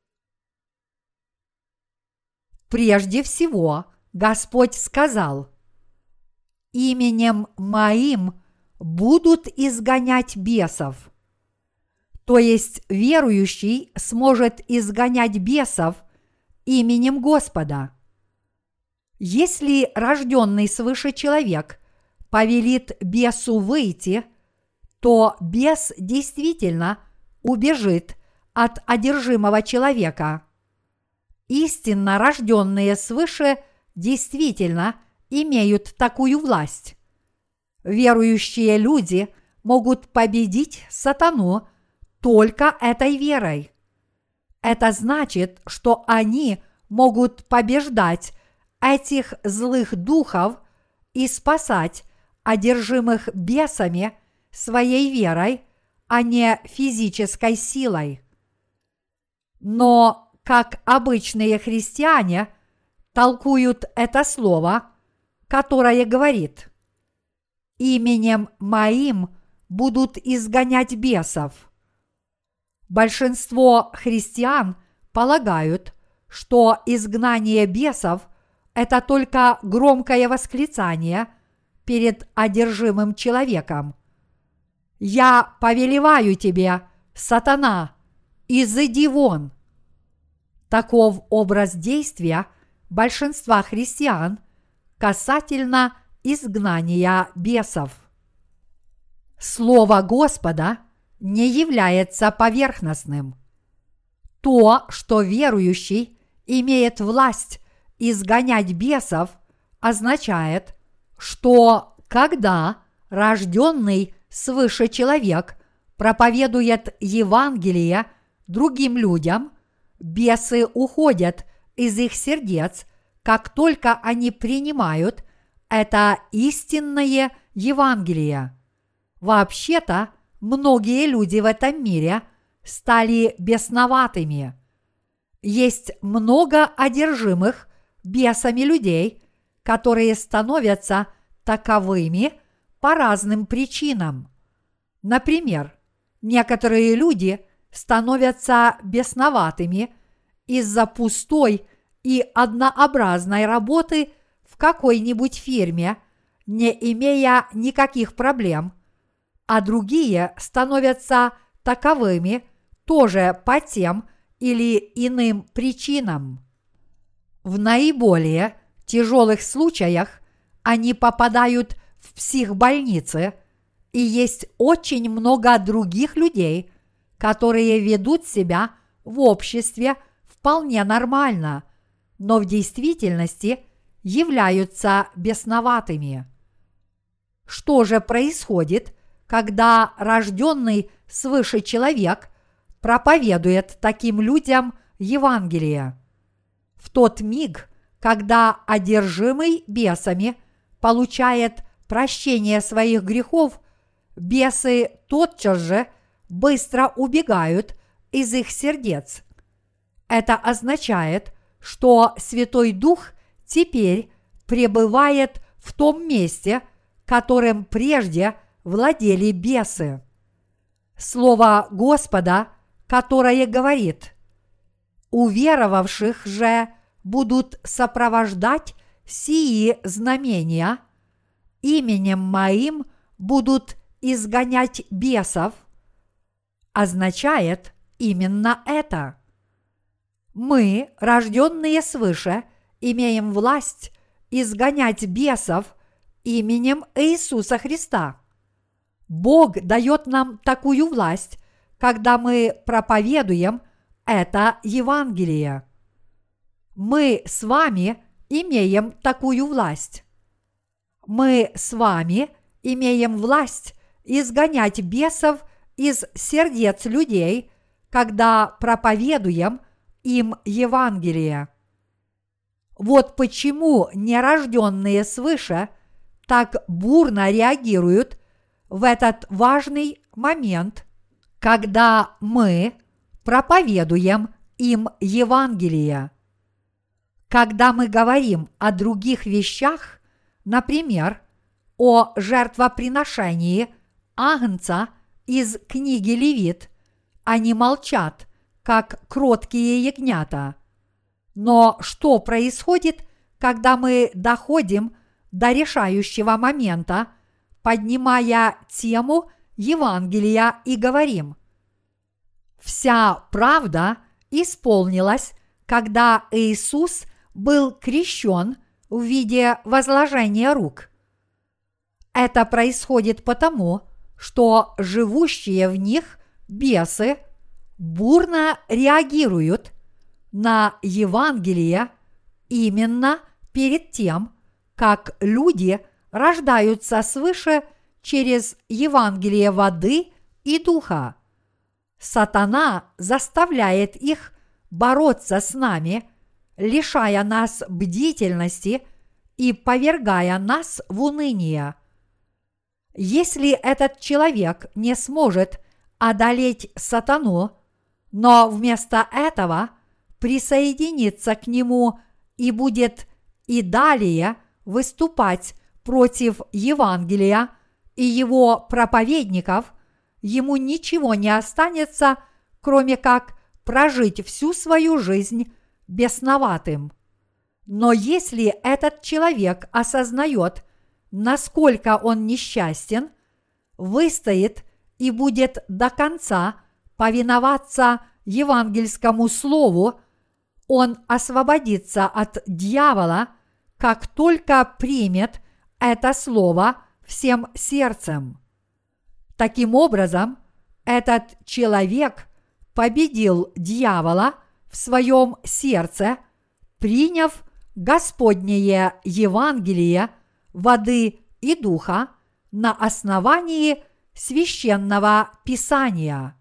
A: Прежде всего, Господь сказал: «Именем моим будут изгонять бесов». То есть верующий сможет изгонять бесов именем Господа. Если рожденный свыше человек повелит бесу выйти, то бес действительно убежит от одержимого человека. Истинно рожденные свыше действительно имеют такую власть. Верующие люди могут победить сатану только этой верой. Это значит, что они могут побеждать этих злых духов и спасать одержимых бесами своей верой, а не физической силой. Но, как обычные христиане толкуют это слово, которое говорит: «Именем моим будут изгонять бесов». Большинство христиан полагают, что изгнание бесов – это только громкое восклицание перед одержимым человеком: «Я повелеваю тебе, сатана, изыди вон!» Таков образ действия большинства христиан касательно изгнания бесов. Слово Господа не является поверхностным. То, что верующий имеет власть изгонять бесов, означает, что когда рожденный свыше человек проповедует Евангелие другим людям, бесы уходят из их сердец, как только они принимают это истинное Евангелие. Вообще-то, многие люди в этом мире стали бесноватыми. Есть много одержимых бесами людей, которые становятся таковыми по разным причинам. Например, некоторые люди становятся бесноватыми из-за пустой и однообразной работы в какой-нибудь фирме, не имея никаких проблем, а другие становятся таковыми тоже по тем или иным причинам. В наиболее тяжелых случаях они попадают в психбольницы, и есть очень много других людей, которые ведут себя в обществе вполне нормально, но в действительности являются бесноватыми. Что же происходит, когда рожденный свыше человек проповедует таким людям Евангелие? В тот миг, когда одержимый бесами получает прощение своих грехов, бесы тотчас же быстро убегают из их сердец. Это означает, что Святой Дух теперь пребывает в том месте, которым прежде владели бесы. Слово Господа, которое говорит: «Уверовавших же будут сопровождать сии знамения, именем Моим будут изгонять бесов», означает именно это. Мы, рожденные свыше, имеем власть изгонять бесов именем Иисуса Христа. Бог дает нам такую власть, когда мы проповедуем это Евангелие. Мы с вами имеем такую власть. Мы с вами имеем власть изгонять бесов из сердец людей, когда проповедуем им Евангелие. Вот почему нерожденные свыше так бурно реагируют в этот важный момент, когда мы проповедуем им Евангелие. Когда мы говорим о других вещах, например, о жертвоприношении агнца из книги Левит, они молчат, как кроткие ягнята. Но что происходит, когда мы доходим до решающего момента, поднимая тему Евангелия и говорим: «Вся правда исполнилась, когда Иисус был крещен в виде возложения рук». Это происходит потому, что живущие в них бесы бурно реагируют на Евангелие именно перед тем, как люди рождаются свыше через Евангелие воды и духа. Сатана заставляет их бороться с нами, лишая нас бдительности и повергая нас в уныние. Если этот человек не сможет одолеть сатану, но вместо этого присоединится к нему и будет и далее выступать против Евангелия и его проповедников, ему ничего не останется, кроме как прожить всю свою жизнь бесноватым. Но если этот человек осознает, насколько он несчастен, выстоит и будет до конца повиноваться евангельскому слову, он освободится от дьявола, как только примет это слово всем сердцем. Таким образом, этот человек победил дьявола в своем сердце, приняв Господнее Евангелие воды и духа на основании священного Писания.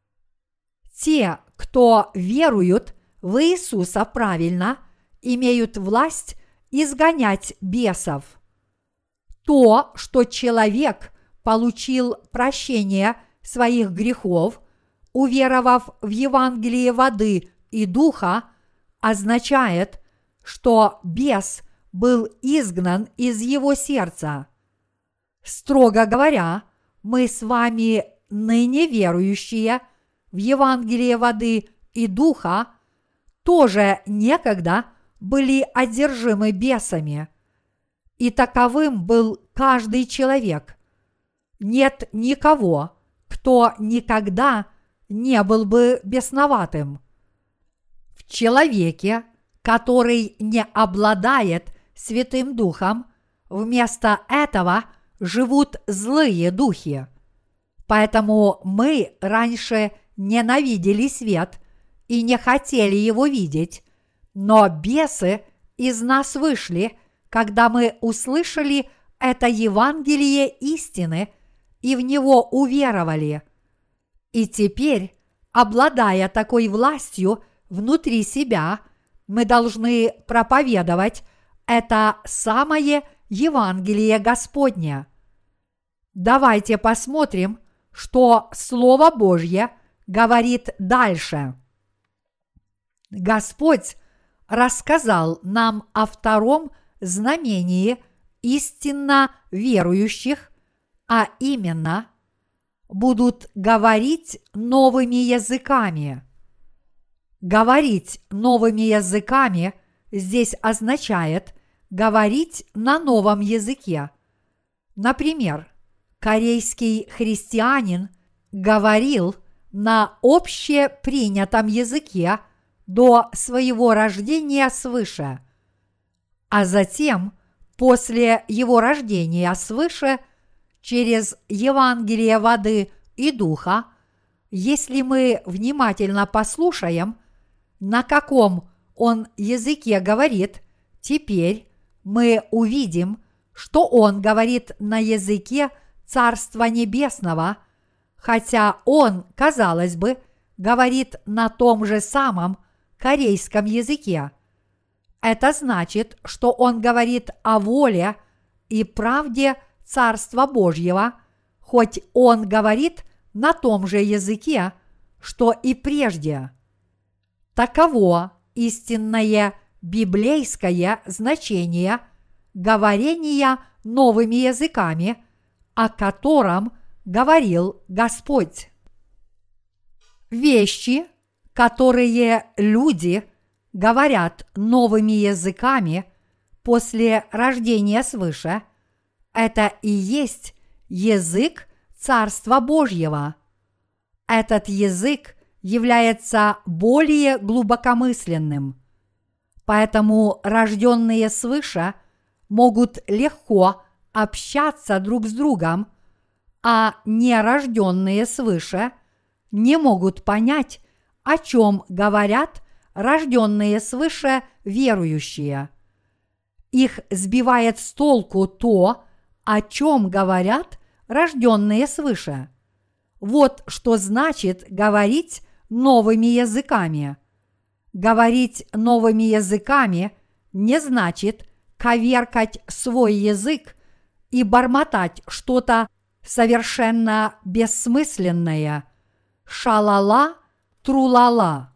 A: Те, кто веруют в Иисуса правильно, имеют власть изгонять бесов. То, что человек получил прощение своих грехов, уверовав в Евангелие воды и духа, означает, что бес был изгнан из его сердца. Строго говоря, мы с вами, ныне верующие в Евангелие воды и духа, тоже некогда были одержимы бесами. И таковым был каждый человек. Нет никого, кто никогда не был бы бесноватым. В человеке, который не обладает Святым Духом, вместо этого живут злые духи. Поэтому мы раньше ненавидели свет и не хотели его видеть, но бесы из нас вышли, когда мы услышали это Евангелие истины и в него уверовали. И теперь, обладая такой властью внутри себя, мы должны проповедовать это самое Евангелие Господне. Давайте посмотрим, что Слово Божье говорит дальше. Господь рассказал нам о втором знамении истинно верующих, а именно будут говорить новыми языками. Говорить новыми языками здесь означает говорить на новом языке. Например, корейский христианин говорил на общепринятом языке до своего рождения свыше, а затем, после его рождения свыше, через Евангелие воды и духа, если мы внимательно послушаем, на каком он языке говорит, теперь мы увидим, что он говорит на языке Царства Небесного, хотя он, казалось бы, говорит на том же самом корейском языке. Это значит, что он говорит о воле и правде Царства Божьего, хоть он говорит на том же языке, что и прежде. Таково истинное библейское значение говорения новыми языками, о котором говорил Господь. Вещи, которые люди говорят новыми языками после рождения свыше, это и есть язык Царства Божьего. Этот язык является более глубокомысленным. Поэтому рожденные свыше могут легко общаться друг с другом, а нерожденные свыше не могут понять, о чем говорят рожденные свыше верующие. Их сбивает с толку то, о чем говорят рожденные свыше. Вот что значит говорить новыми языками. Говорить новыми языками не значит коверкать свой язык и бормотать что-то совершенно бессмысленное. Шалала, трулала.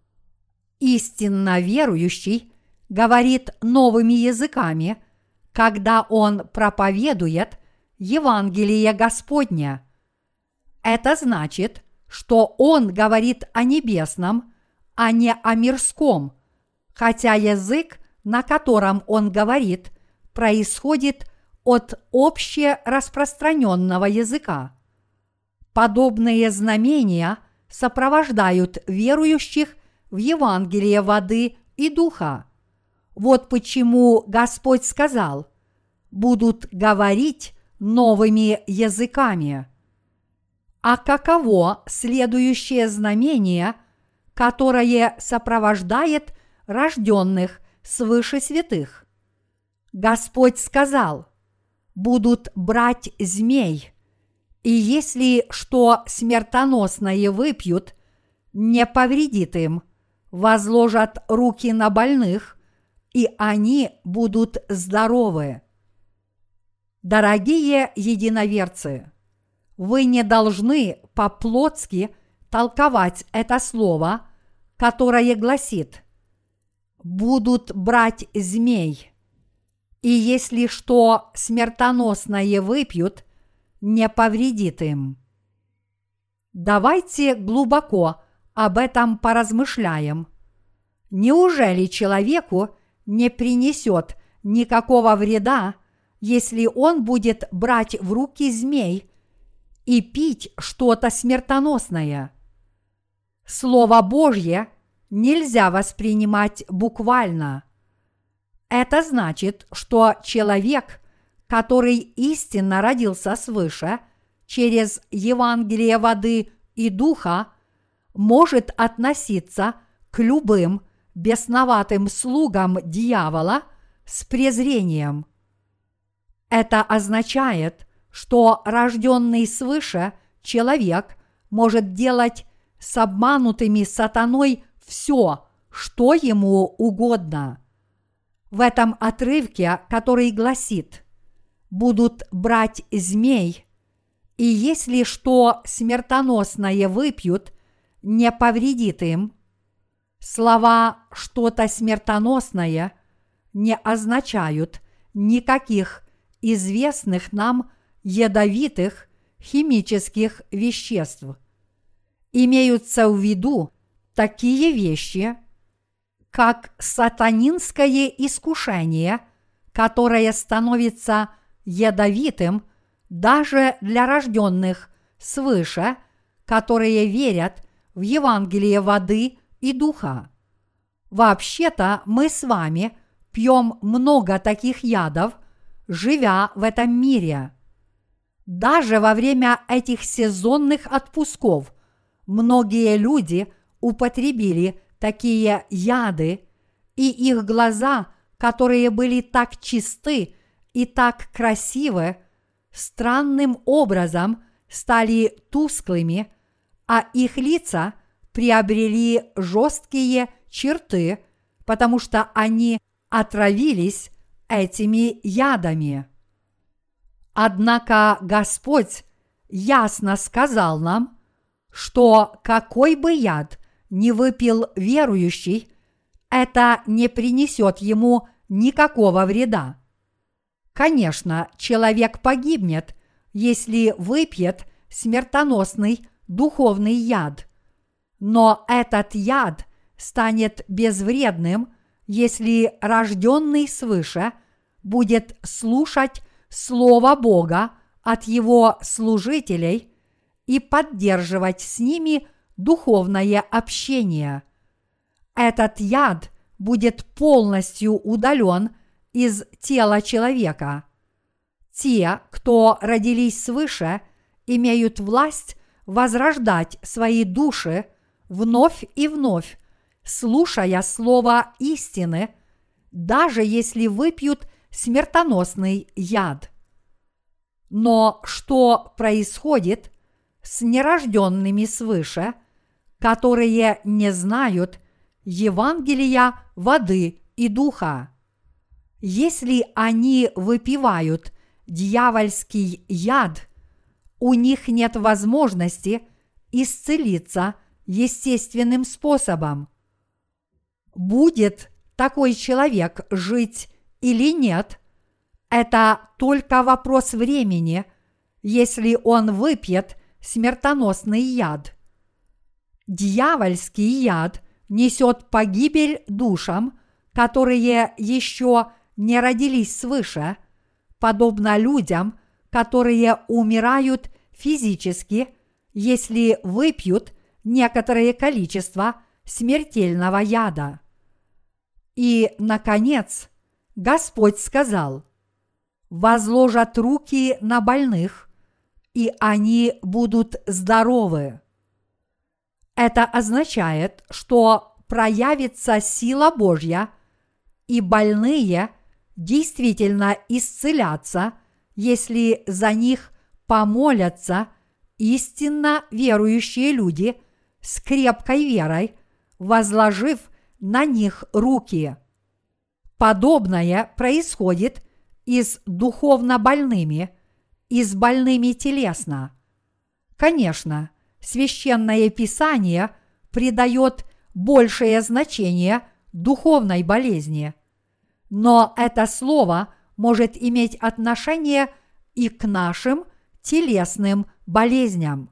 A: Истинно верующий говорит новыми языками, когда он проповедует Евангелие Господне. Это значит, что он говорит о небесном, а не о мирском, хотя язык, на котором он говорит, происходит от общераспространенного языка. Подобные знамения сопровождают верующих в Евангелие воды и духа. Вот почему Господь сказал: «Будут говорить новыми языками». А каково следующее знамение, которое сопровождает рожденных свыше святых? Господь сказал: «Будут брать змей, и если что смертоносное выпьют, не повредит им, возложат руки на больных, и они будут здоровы». Дорогие единоверцы, вы не должны по-плотски толковать это слово, которое гласит: «будут брать змей». и если что смертоносное выпьют, не повредит им. Давайте глубоко об этом поразмышляем. Неужели человеку не принесет никакого вреда, если он будет брать в руки змей и пить что-то смертоносное? Слово Божье нельзя воспринимать буквально. Это значит, что человек, который истинно родился свыше через Евангелие воды и духа, может относиться к любым бесноватым слугам дьявола с презрением. Это означает, что рожденный свыше человек может делать с обманутыми сатаной все, что ему угодно. В этом отрывке, который гласит: «Будут брать змей, и если что смертоносное выпьют, не повредит им», слова «что-то смертоносное» не означают никаких известных нам ядовитых химических веществ. Имеются в виду такие вещи, как сатанинское искушение, которое становится ядовитым даже для рожденных свыше, которые верят в Евангелие воды и духа. Вообще-то мы с вами пьем много таких ядов, живя в этом мире. Даже во время этих сезонных отпусков многие люди употребили такие яды, и их глаза, которые были так чисты и так красивы, странным образом стали тусклыми, а их лица приобрели жесткие черты, потому что они отравились этими ядами. Однако Господь ясно сказал нам, что какой бы яд ни выпил верующий, это не принесет ему никакого вреда. Конечно, человек погибнет, если выпьет смертоносный духовный яд, но этот яд станет безвредным, если рожденный свыше будет слушать Слово Бога от его служителей и поддерживать с ними духовное общение. Этот яд будет полностью удален из тела человека. Те, кто родились свыше, имеют власть возрождать свои души вновь и вновь, слушая слово истины, даже если выпьют смертоносный яд. Но что происходит с нерожденными свыше, которые не знают Евангелия воды и духа? Если они выпивают дьявольский яд, у них нет возможности исцелиться естественным способом. Будет такой человек жить или нет, это только вопрос времени, если он выпьет смертоносный яд. Дьявольский яд несет погибель душам, которые еще не родились свыше, подобно людям, которые умирают физически, если выпьют некоторое количество смертельного яда. И, наконец, Господь сказал: «Возложат руки на больных, и они будут здоровы». Это означает, что проявится сила Божья, и больные действительно исцелятся, если за них помолятся истинно верующие люди с крепкой верой, возложив на них руки. Подобное происходит и с духовно больными, и с больными телесно. Конечно, Священное Писание придает большее значение духовной болезни, но это слово может иметь отношение и к нашим телесным болезням.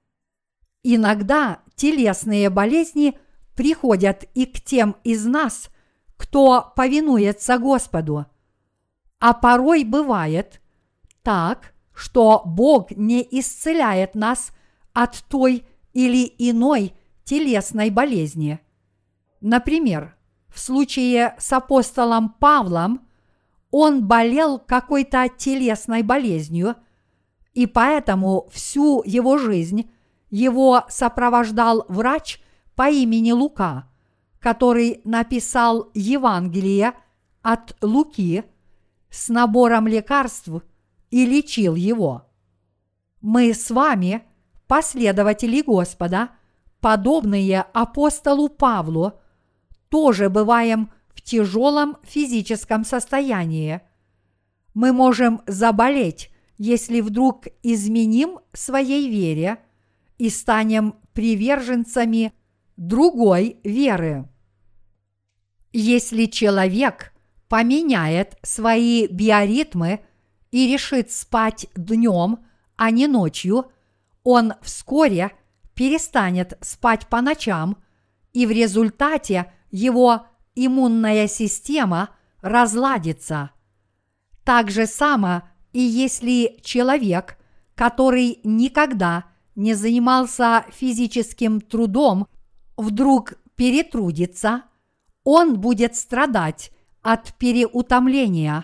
A: Иногда телесные болезни приходят и к тем из нас, кто повинуется Господу. А порой бывает так, что Бог не исцеляет нас от той или иной телесной болезни. Например, в случае с апостолом Павлом он болел какой-то телесной болезнью, и поэтому всю его жизнь его сопровождал врач по имени Лука, который написал Евангелие от Луки с набором лекарств и лечил его. Мы с вами, последователи Господа, подобные апостолу Павлу, тоже бываем в тяжелом физическом состоянии. Мы можем заболеть, если вдруг изменим своей вере и станем приверженцами другой веры. Если человек поменяет свои биоритмы и решит спать днем, а не ночью, он вскоре перестанет спать по ночам, и в результате его иммунная система разладится. Так же само и если человек, который никогда не занимался физическим трудом, вдруг перетрудится, он будет страдать от переутомления.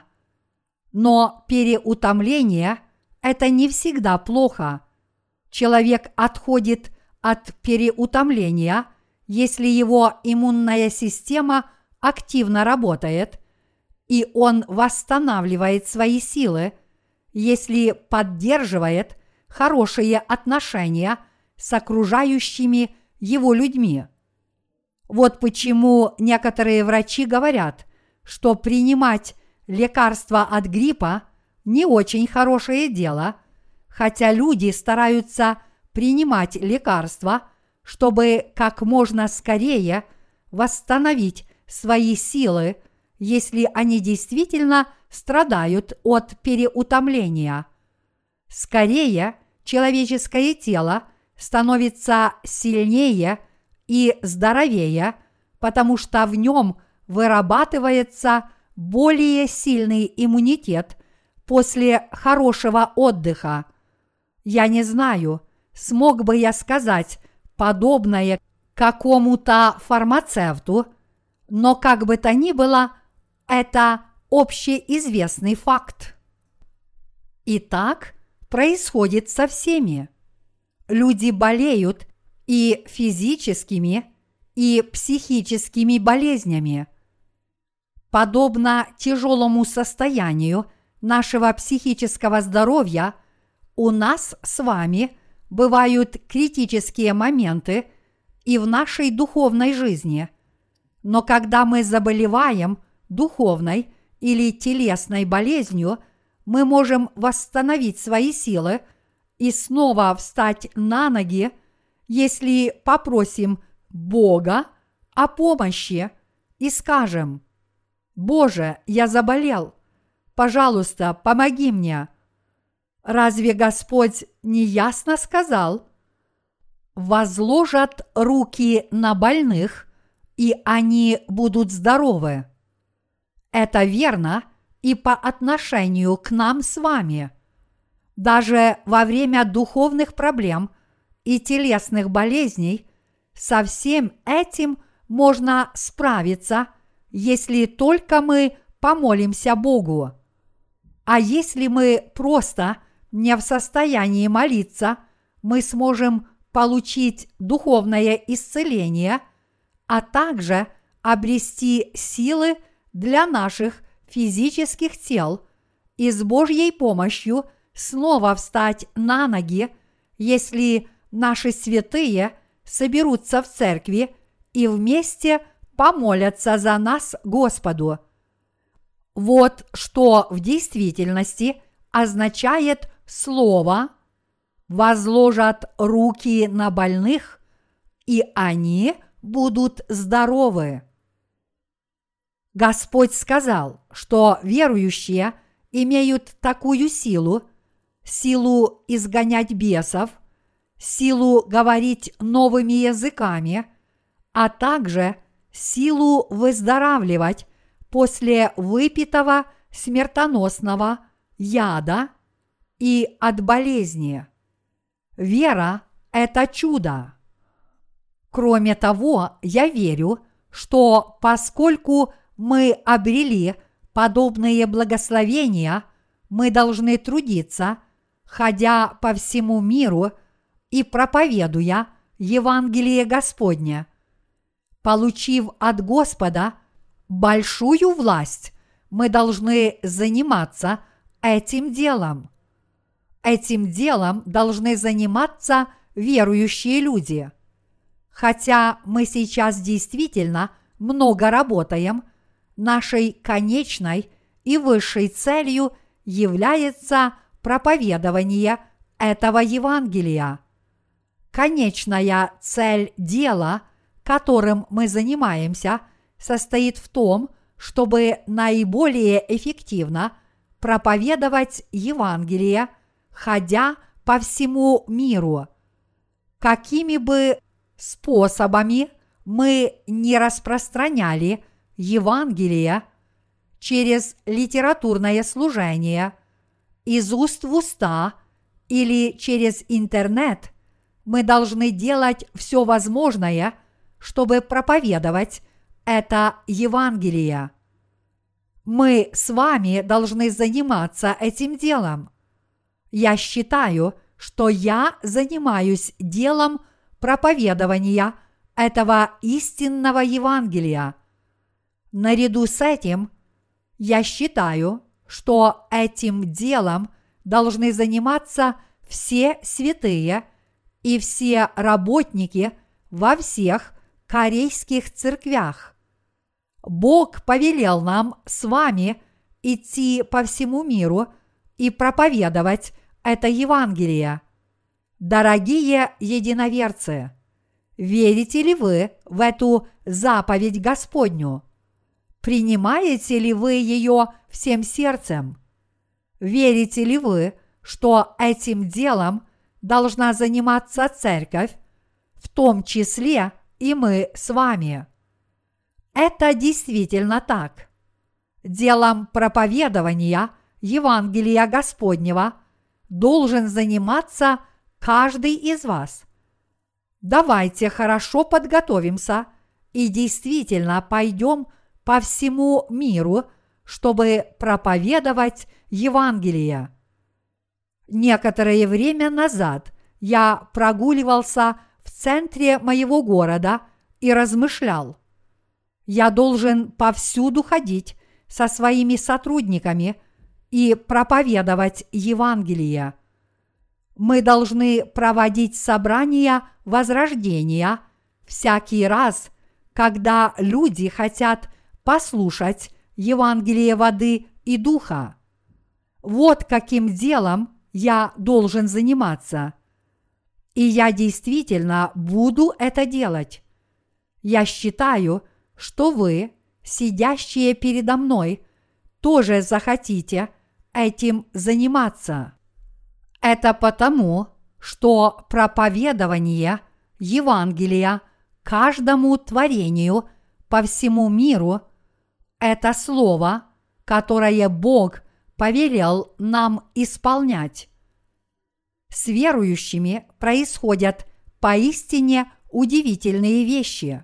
A: Но переутомление – это не всегда плохо. Человек отходит от переутомления, если его иммунная система активно работает, и он восстанавливает свои силы, если поддерживает хорошие отношения с окружающими его людьми. Вот почему некоторые врачи говорят, что принимать лекарства от гриппа не очень хорошее дело, хотя люди стараются принимать лекарства, чтобы как можно скорее восстановить свои силы, если они действительно страдают от переутомления. Скорее, человеческое тело становится сильнее и здоровее, потому что в нем вырабатывается более сильный иммунитет после хорошего отдыха. Я не знаю, смог бы я сказать подобное какому-то фармацевту, но как бы то ни было, это общеизвестный факт. И так происходит со всеми. Люди болеют и физическими, и психическими болезнями. Подобно тяжелому состоянию нашего психического здоровья, у нас с вами бывают критические моменты и в нашей духовной жизни. Но когда мы заболеваем духовной или телесной болезнью, мы можем восстановить свои силы и снова встать на ноги, если попросим Бога о помощи и скажем: «Боже, я заболел, пожалуйста, помоги мне». Разве Господь не ясно сказал: «Возложат руки на больных, и они будут здоровы»? Это верно и по отношению к нам с вами. Даже во время духовных проблем и телесных болезней со всем этим можно справиться, если только мы помолимся Богу. А если мы просто не в состоянии молиться, мы сможем получить духовное исцеление, а также обрести силы для наших физических тел и с Божьей помощью снова встать на ноги, если наши святые соберутся в церкви и вместе помолятся за нас Господу. Вот что в действительности означает слово «возложат руки на больных, и они будут здоровы». Господь сказал, что верующие имеют такую силу изгонять бесов, силу говорить новыми языками, а также силу выздоравливать после выпитого смертоносного яда и от болезни. Вера – это чудо. Кроме того, я верю, что поскольку мы обрели подобные благословения, мы должны трудиться, ходя по всему миру и проповедуя Евангелие Господне. Получив от Господа большую власть, мы должны заниматься этим делом. Этим делом должны заниматься верующие люди. Хотя мы сейчас действительно много работаем, нашей конечной и высшей целью является проповедование этого Евангелия. Конечная цель дела, которым мы занимаемся, состоит в том, чтобы наиболее эффективно проповедовать Евангелие, ходя по всему миру. Какими бы способами мы не распространяли Евангелие через литературное служение, из уст в уста или через интернет, мы должны делать все возможное, чтобы проповедовать это Евангелие. Мы с вами должны заниматься этим делом. Я считаю, что я занимаюсь делом проповедования этого истинного Евангелия. Наряду с этим, я считаю, что этим делом должны заниматься все святые и все работники во всех корейских церквях. Бог повелел нам с вами идти по всему миру и проповедовать это Евангелие. Дорогие единоверцы, верите ли вы в эту заповедь Господню? Принимаете ли вы ее всем сердцем? Верите ли вы, что этим делом должна заниматься церковь, в том числе и мы с вами? Это действительно так. Делом проповедования Евангелия Господнего должен заниматься каждый из вас. Давайте хорошо подготовимся и действительно пойдем по всему миру, чтобы проповедовать Евангелие. Некоторое время назад я прогуливался в центре моего города и размышлял. Я должен повсюду ходить со своими сотрудниками и проповедовать Евангелие. Мы должны проводить собрания возрождения всякий раз, когда люди хотят послушать Евангелие воды и духа. Вот каким делом я должен заниматься. И я действительно буду это делать. Я считаю, что вы, сидящие передо мной, тоже захотите этим заниматься. Это потому, что проповедование Евангелия каждому творению по всему миру – это слово, которое Бог повелел нам исполнять. С верующими происходят поистине удивительные вещи.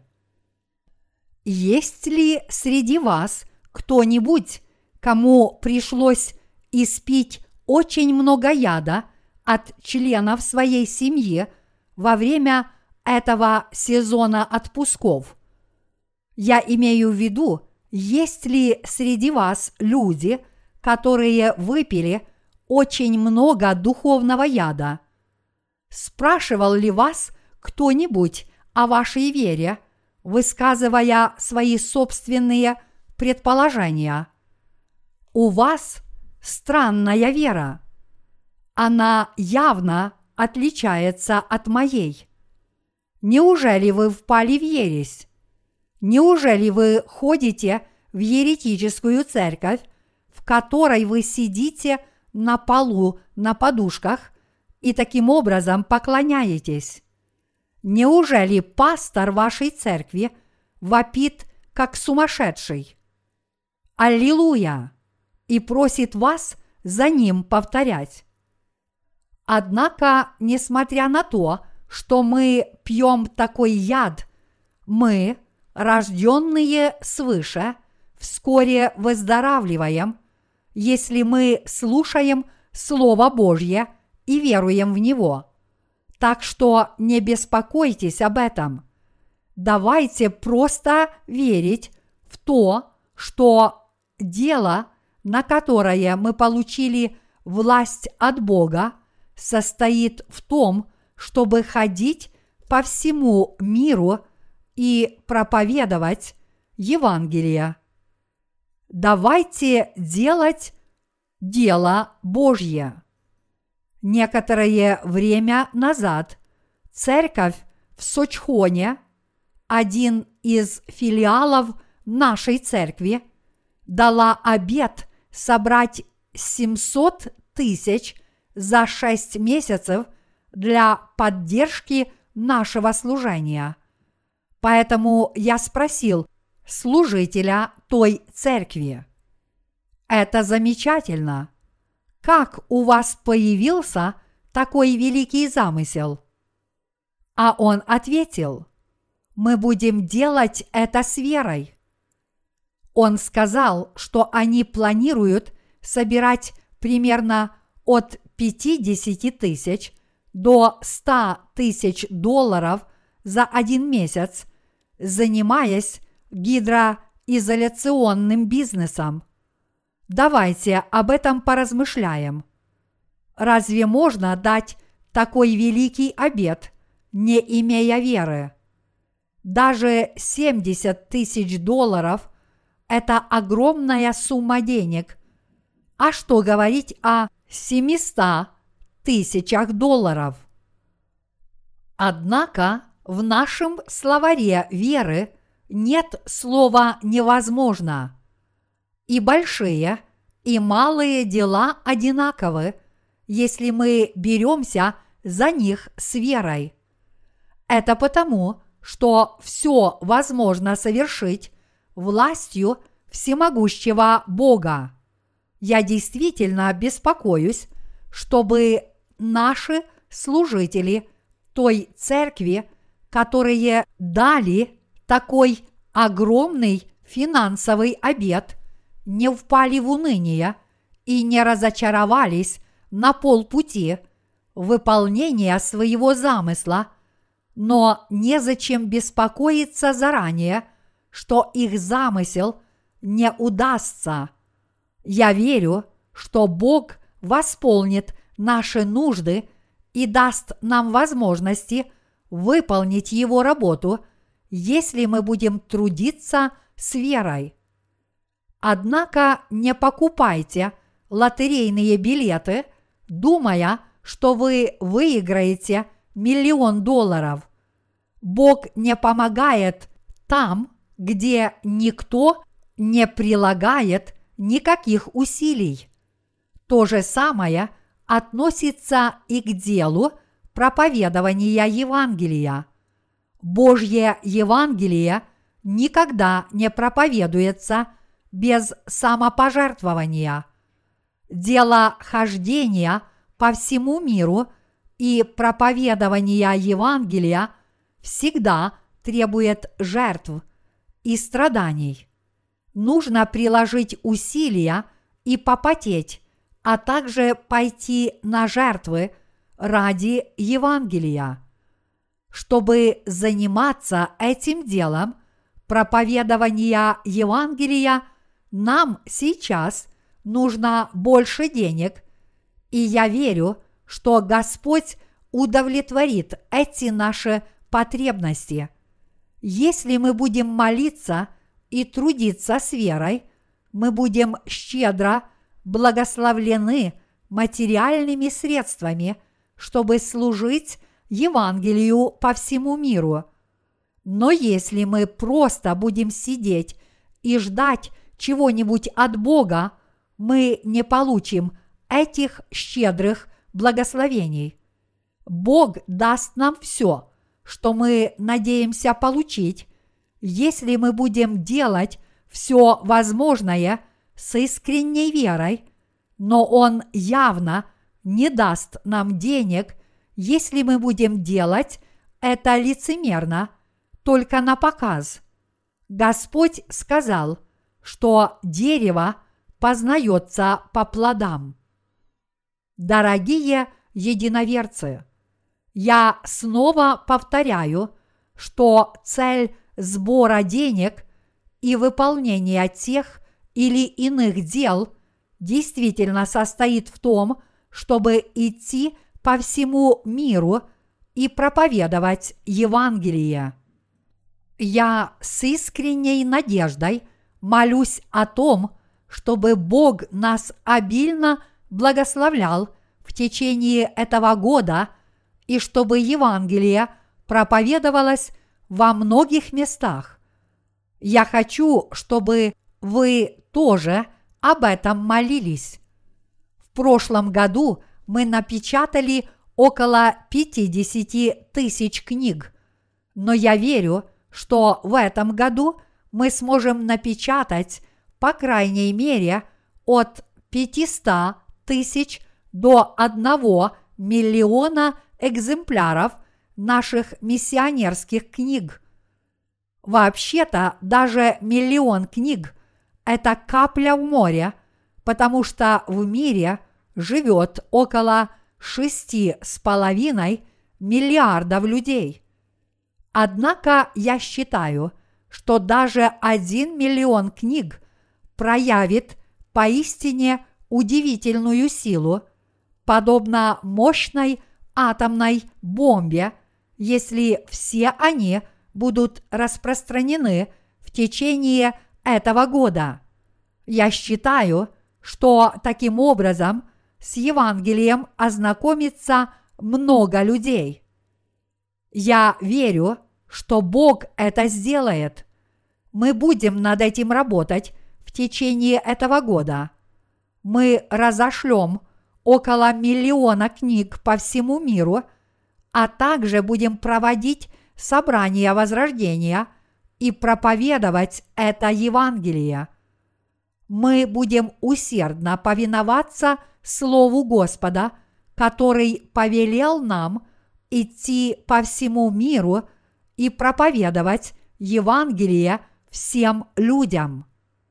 A: Есть ли среди вас кто-нибудь, кому пришлось испить очень много яда от членов своей семьи во время этого сезона отпусков? Я имею в виду, есть ли среди вас люди, которые выпили очень много духовного яда? Спрашивал ли вас кто-нибудь о вашей вере, высказывая свои собственные предположения? У вас странная вера. Она явно отличается от моей. Неужели вы впали в ересь? Неужели вы ходите в еретическую церковь, в которой вы сидите на полу на подушках и таким образом поклоняетесь? Неужели пастор вашей церкви вопит, как сумасшедший? Аллилуйя! И просит вас за ним повторять. Однако, несмотря на то, что мы пьем такой яд, мы, рожденные свыше, вскоре выздоравливаем, если мы слушаем Слово Божье и веруем в него. Так что не беспокойтесь об этом. Давайте просто верить в то, что дело, на которое мы получили власть от Бога, состоит в том, чтобы ходить по всему миру и проповедовать Евангелие. Давайте делать дело Божье. Некоторое время назад церковь в Сочхоне, один из филиалов нашей церкви, дала обет собрать 700 тысяч за 6 месяцев для поддержки нашего служения. Поэтому я спросил служителя той церкви: «Это замечательно. Как у вас появился такой великий замысел?» А он ответил: «Мы будем делать это с верой». Он сказал, что они планируют собирать примерно от 50 тысяч до 100 тысяч долларов за 1 месяц, занимаясь гидроизоляционным бизнесом. Давайте об этом поразмышляем. Разве можно дать такой великий обет, не имея веры? Даже 70 тысяч долларов – это огромная сумма денег. А что говорить о 700 тысячах долларов? Однако в нашем словаре веры нет слова «невозможно». И большие, и малые дела одинаковы, если мы беремся за них с верой. Это потому, что все возможно совершить властью всемогущего Бога. Я действительно беспокоюсь, чтобы наши служители той церкви, которые дали такой огромный финансовый обет, не впали в уныние и не разочаровались на полпути выполнения своего замысла, но незачем беспокоиться заранее, что их замысел не удастся. Я верю, что Бог восполнит наши нужды и даст нам возможности выполнить Его работу, если мы будем трудиться с верой. Однако не покупайте лотерейные билеты, думая, что вы выиграете $1 000 000. Бог не помогает там, где никто не прилагает никаких усилий. То же самое относится и к делу проповедования Евангелия. Божье Евангелие никогда не проповедуется без самопожертвования. Дело хождения по всему миру и проповедования Евангелия всегда требует жертв и страданий. Нужно приложить усилия и попотеть, а также пойти на жертвы ради Евангелия. Чтобы заниматься этим делом проповедования Евангелия, нам сейчас нужно больше денег, и я верю, что Господь удовлетворит эти наши потребности. Если мы будем молиться и трудиться с верой, мы будем щедро благословлены материальными средствами, чтобы служить Евангелию по всему миру. Но если мы просто будем сидеть и ждать чего-нибудь от Бога, мы не получим этих щедрых благословений. Бог даст нам все, что мы надеемся получить, если мы будем делать все возможное с искренней верой, но Он явно не даст нам денег, если мы будем делать это лицемерно, только на показ. Господь сказал, что дерево познается по плодам. Дорогие единоверцы, я снова повторяю, что цель сбора денег и выполнения тех или иных дел действительно состоит в том, чтобы идти по всему миру и проповедовать Евангелие. Я с искренней надеждой молюсь о том, чтобы Бог нас обильно благословлял в течение этого года и чтобы Евангелие проповедовалось во многих местах. Я хочу, чтобы вы тоже об этом молились. В прошлом году мы напечатали около 50 тысяч книг, но я верю, что в этом году мы сможем напечатать по крайней мере от 500 тысяч до 1 миллиона экземпляров наших миссионерских книг. Вообще-то даже 1 миллион книг – это капля в море, потому что в мире живет около 6,5 миллиардов людей. Однако я считаю, что даже 1 миллион книг проявит поистине удивительную силу, подобно мощной атомной бомбе, если все они будут распространены в течение этого года. Я считаю, что таким образом с Евангелием ознакомится много людей. Я верю, что Бог это сделает. Мы будем над этим работать в течение этого года. Мы разошлем около 1 миллиона книг по всему миру, а также будем проводить собрания возрождения и проповедовать это Евангелие. Мы будем усердно повиноваться Слову Господа, который повелел нам идти по всему миру и проповедовать Евангелие всем людям.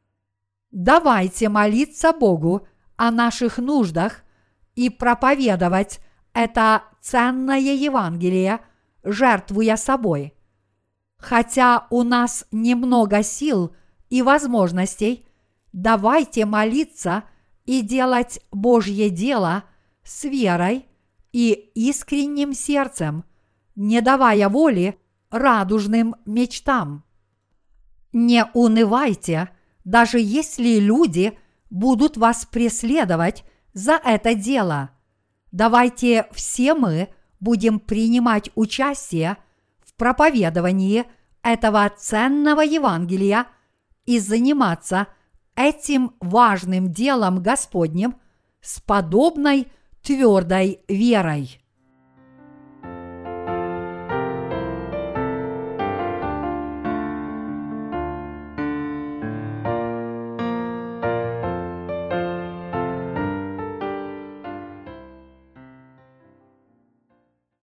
A: Давайте молиться Богу о наших нуждах и проповедовать это ценное Евангелие, жертвуя собой. Хотя у нас немного сил и возможностей, давайте молиться и делать Божье дело с верой и искренним сердцем, не давая воли радужным мечтам. Не унывайте, даже если люди будут вас преследовать за это дело. Давайте все мы будем принимать участие в проповедовании этого ценного Евангелия и заниматься этим важным делом Господним с подобной твердой верой.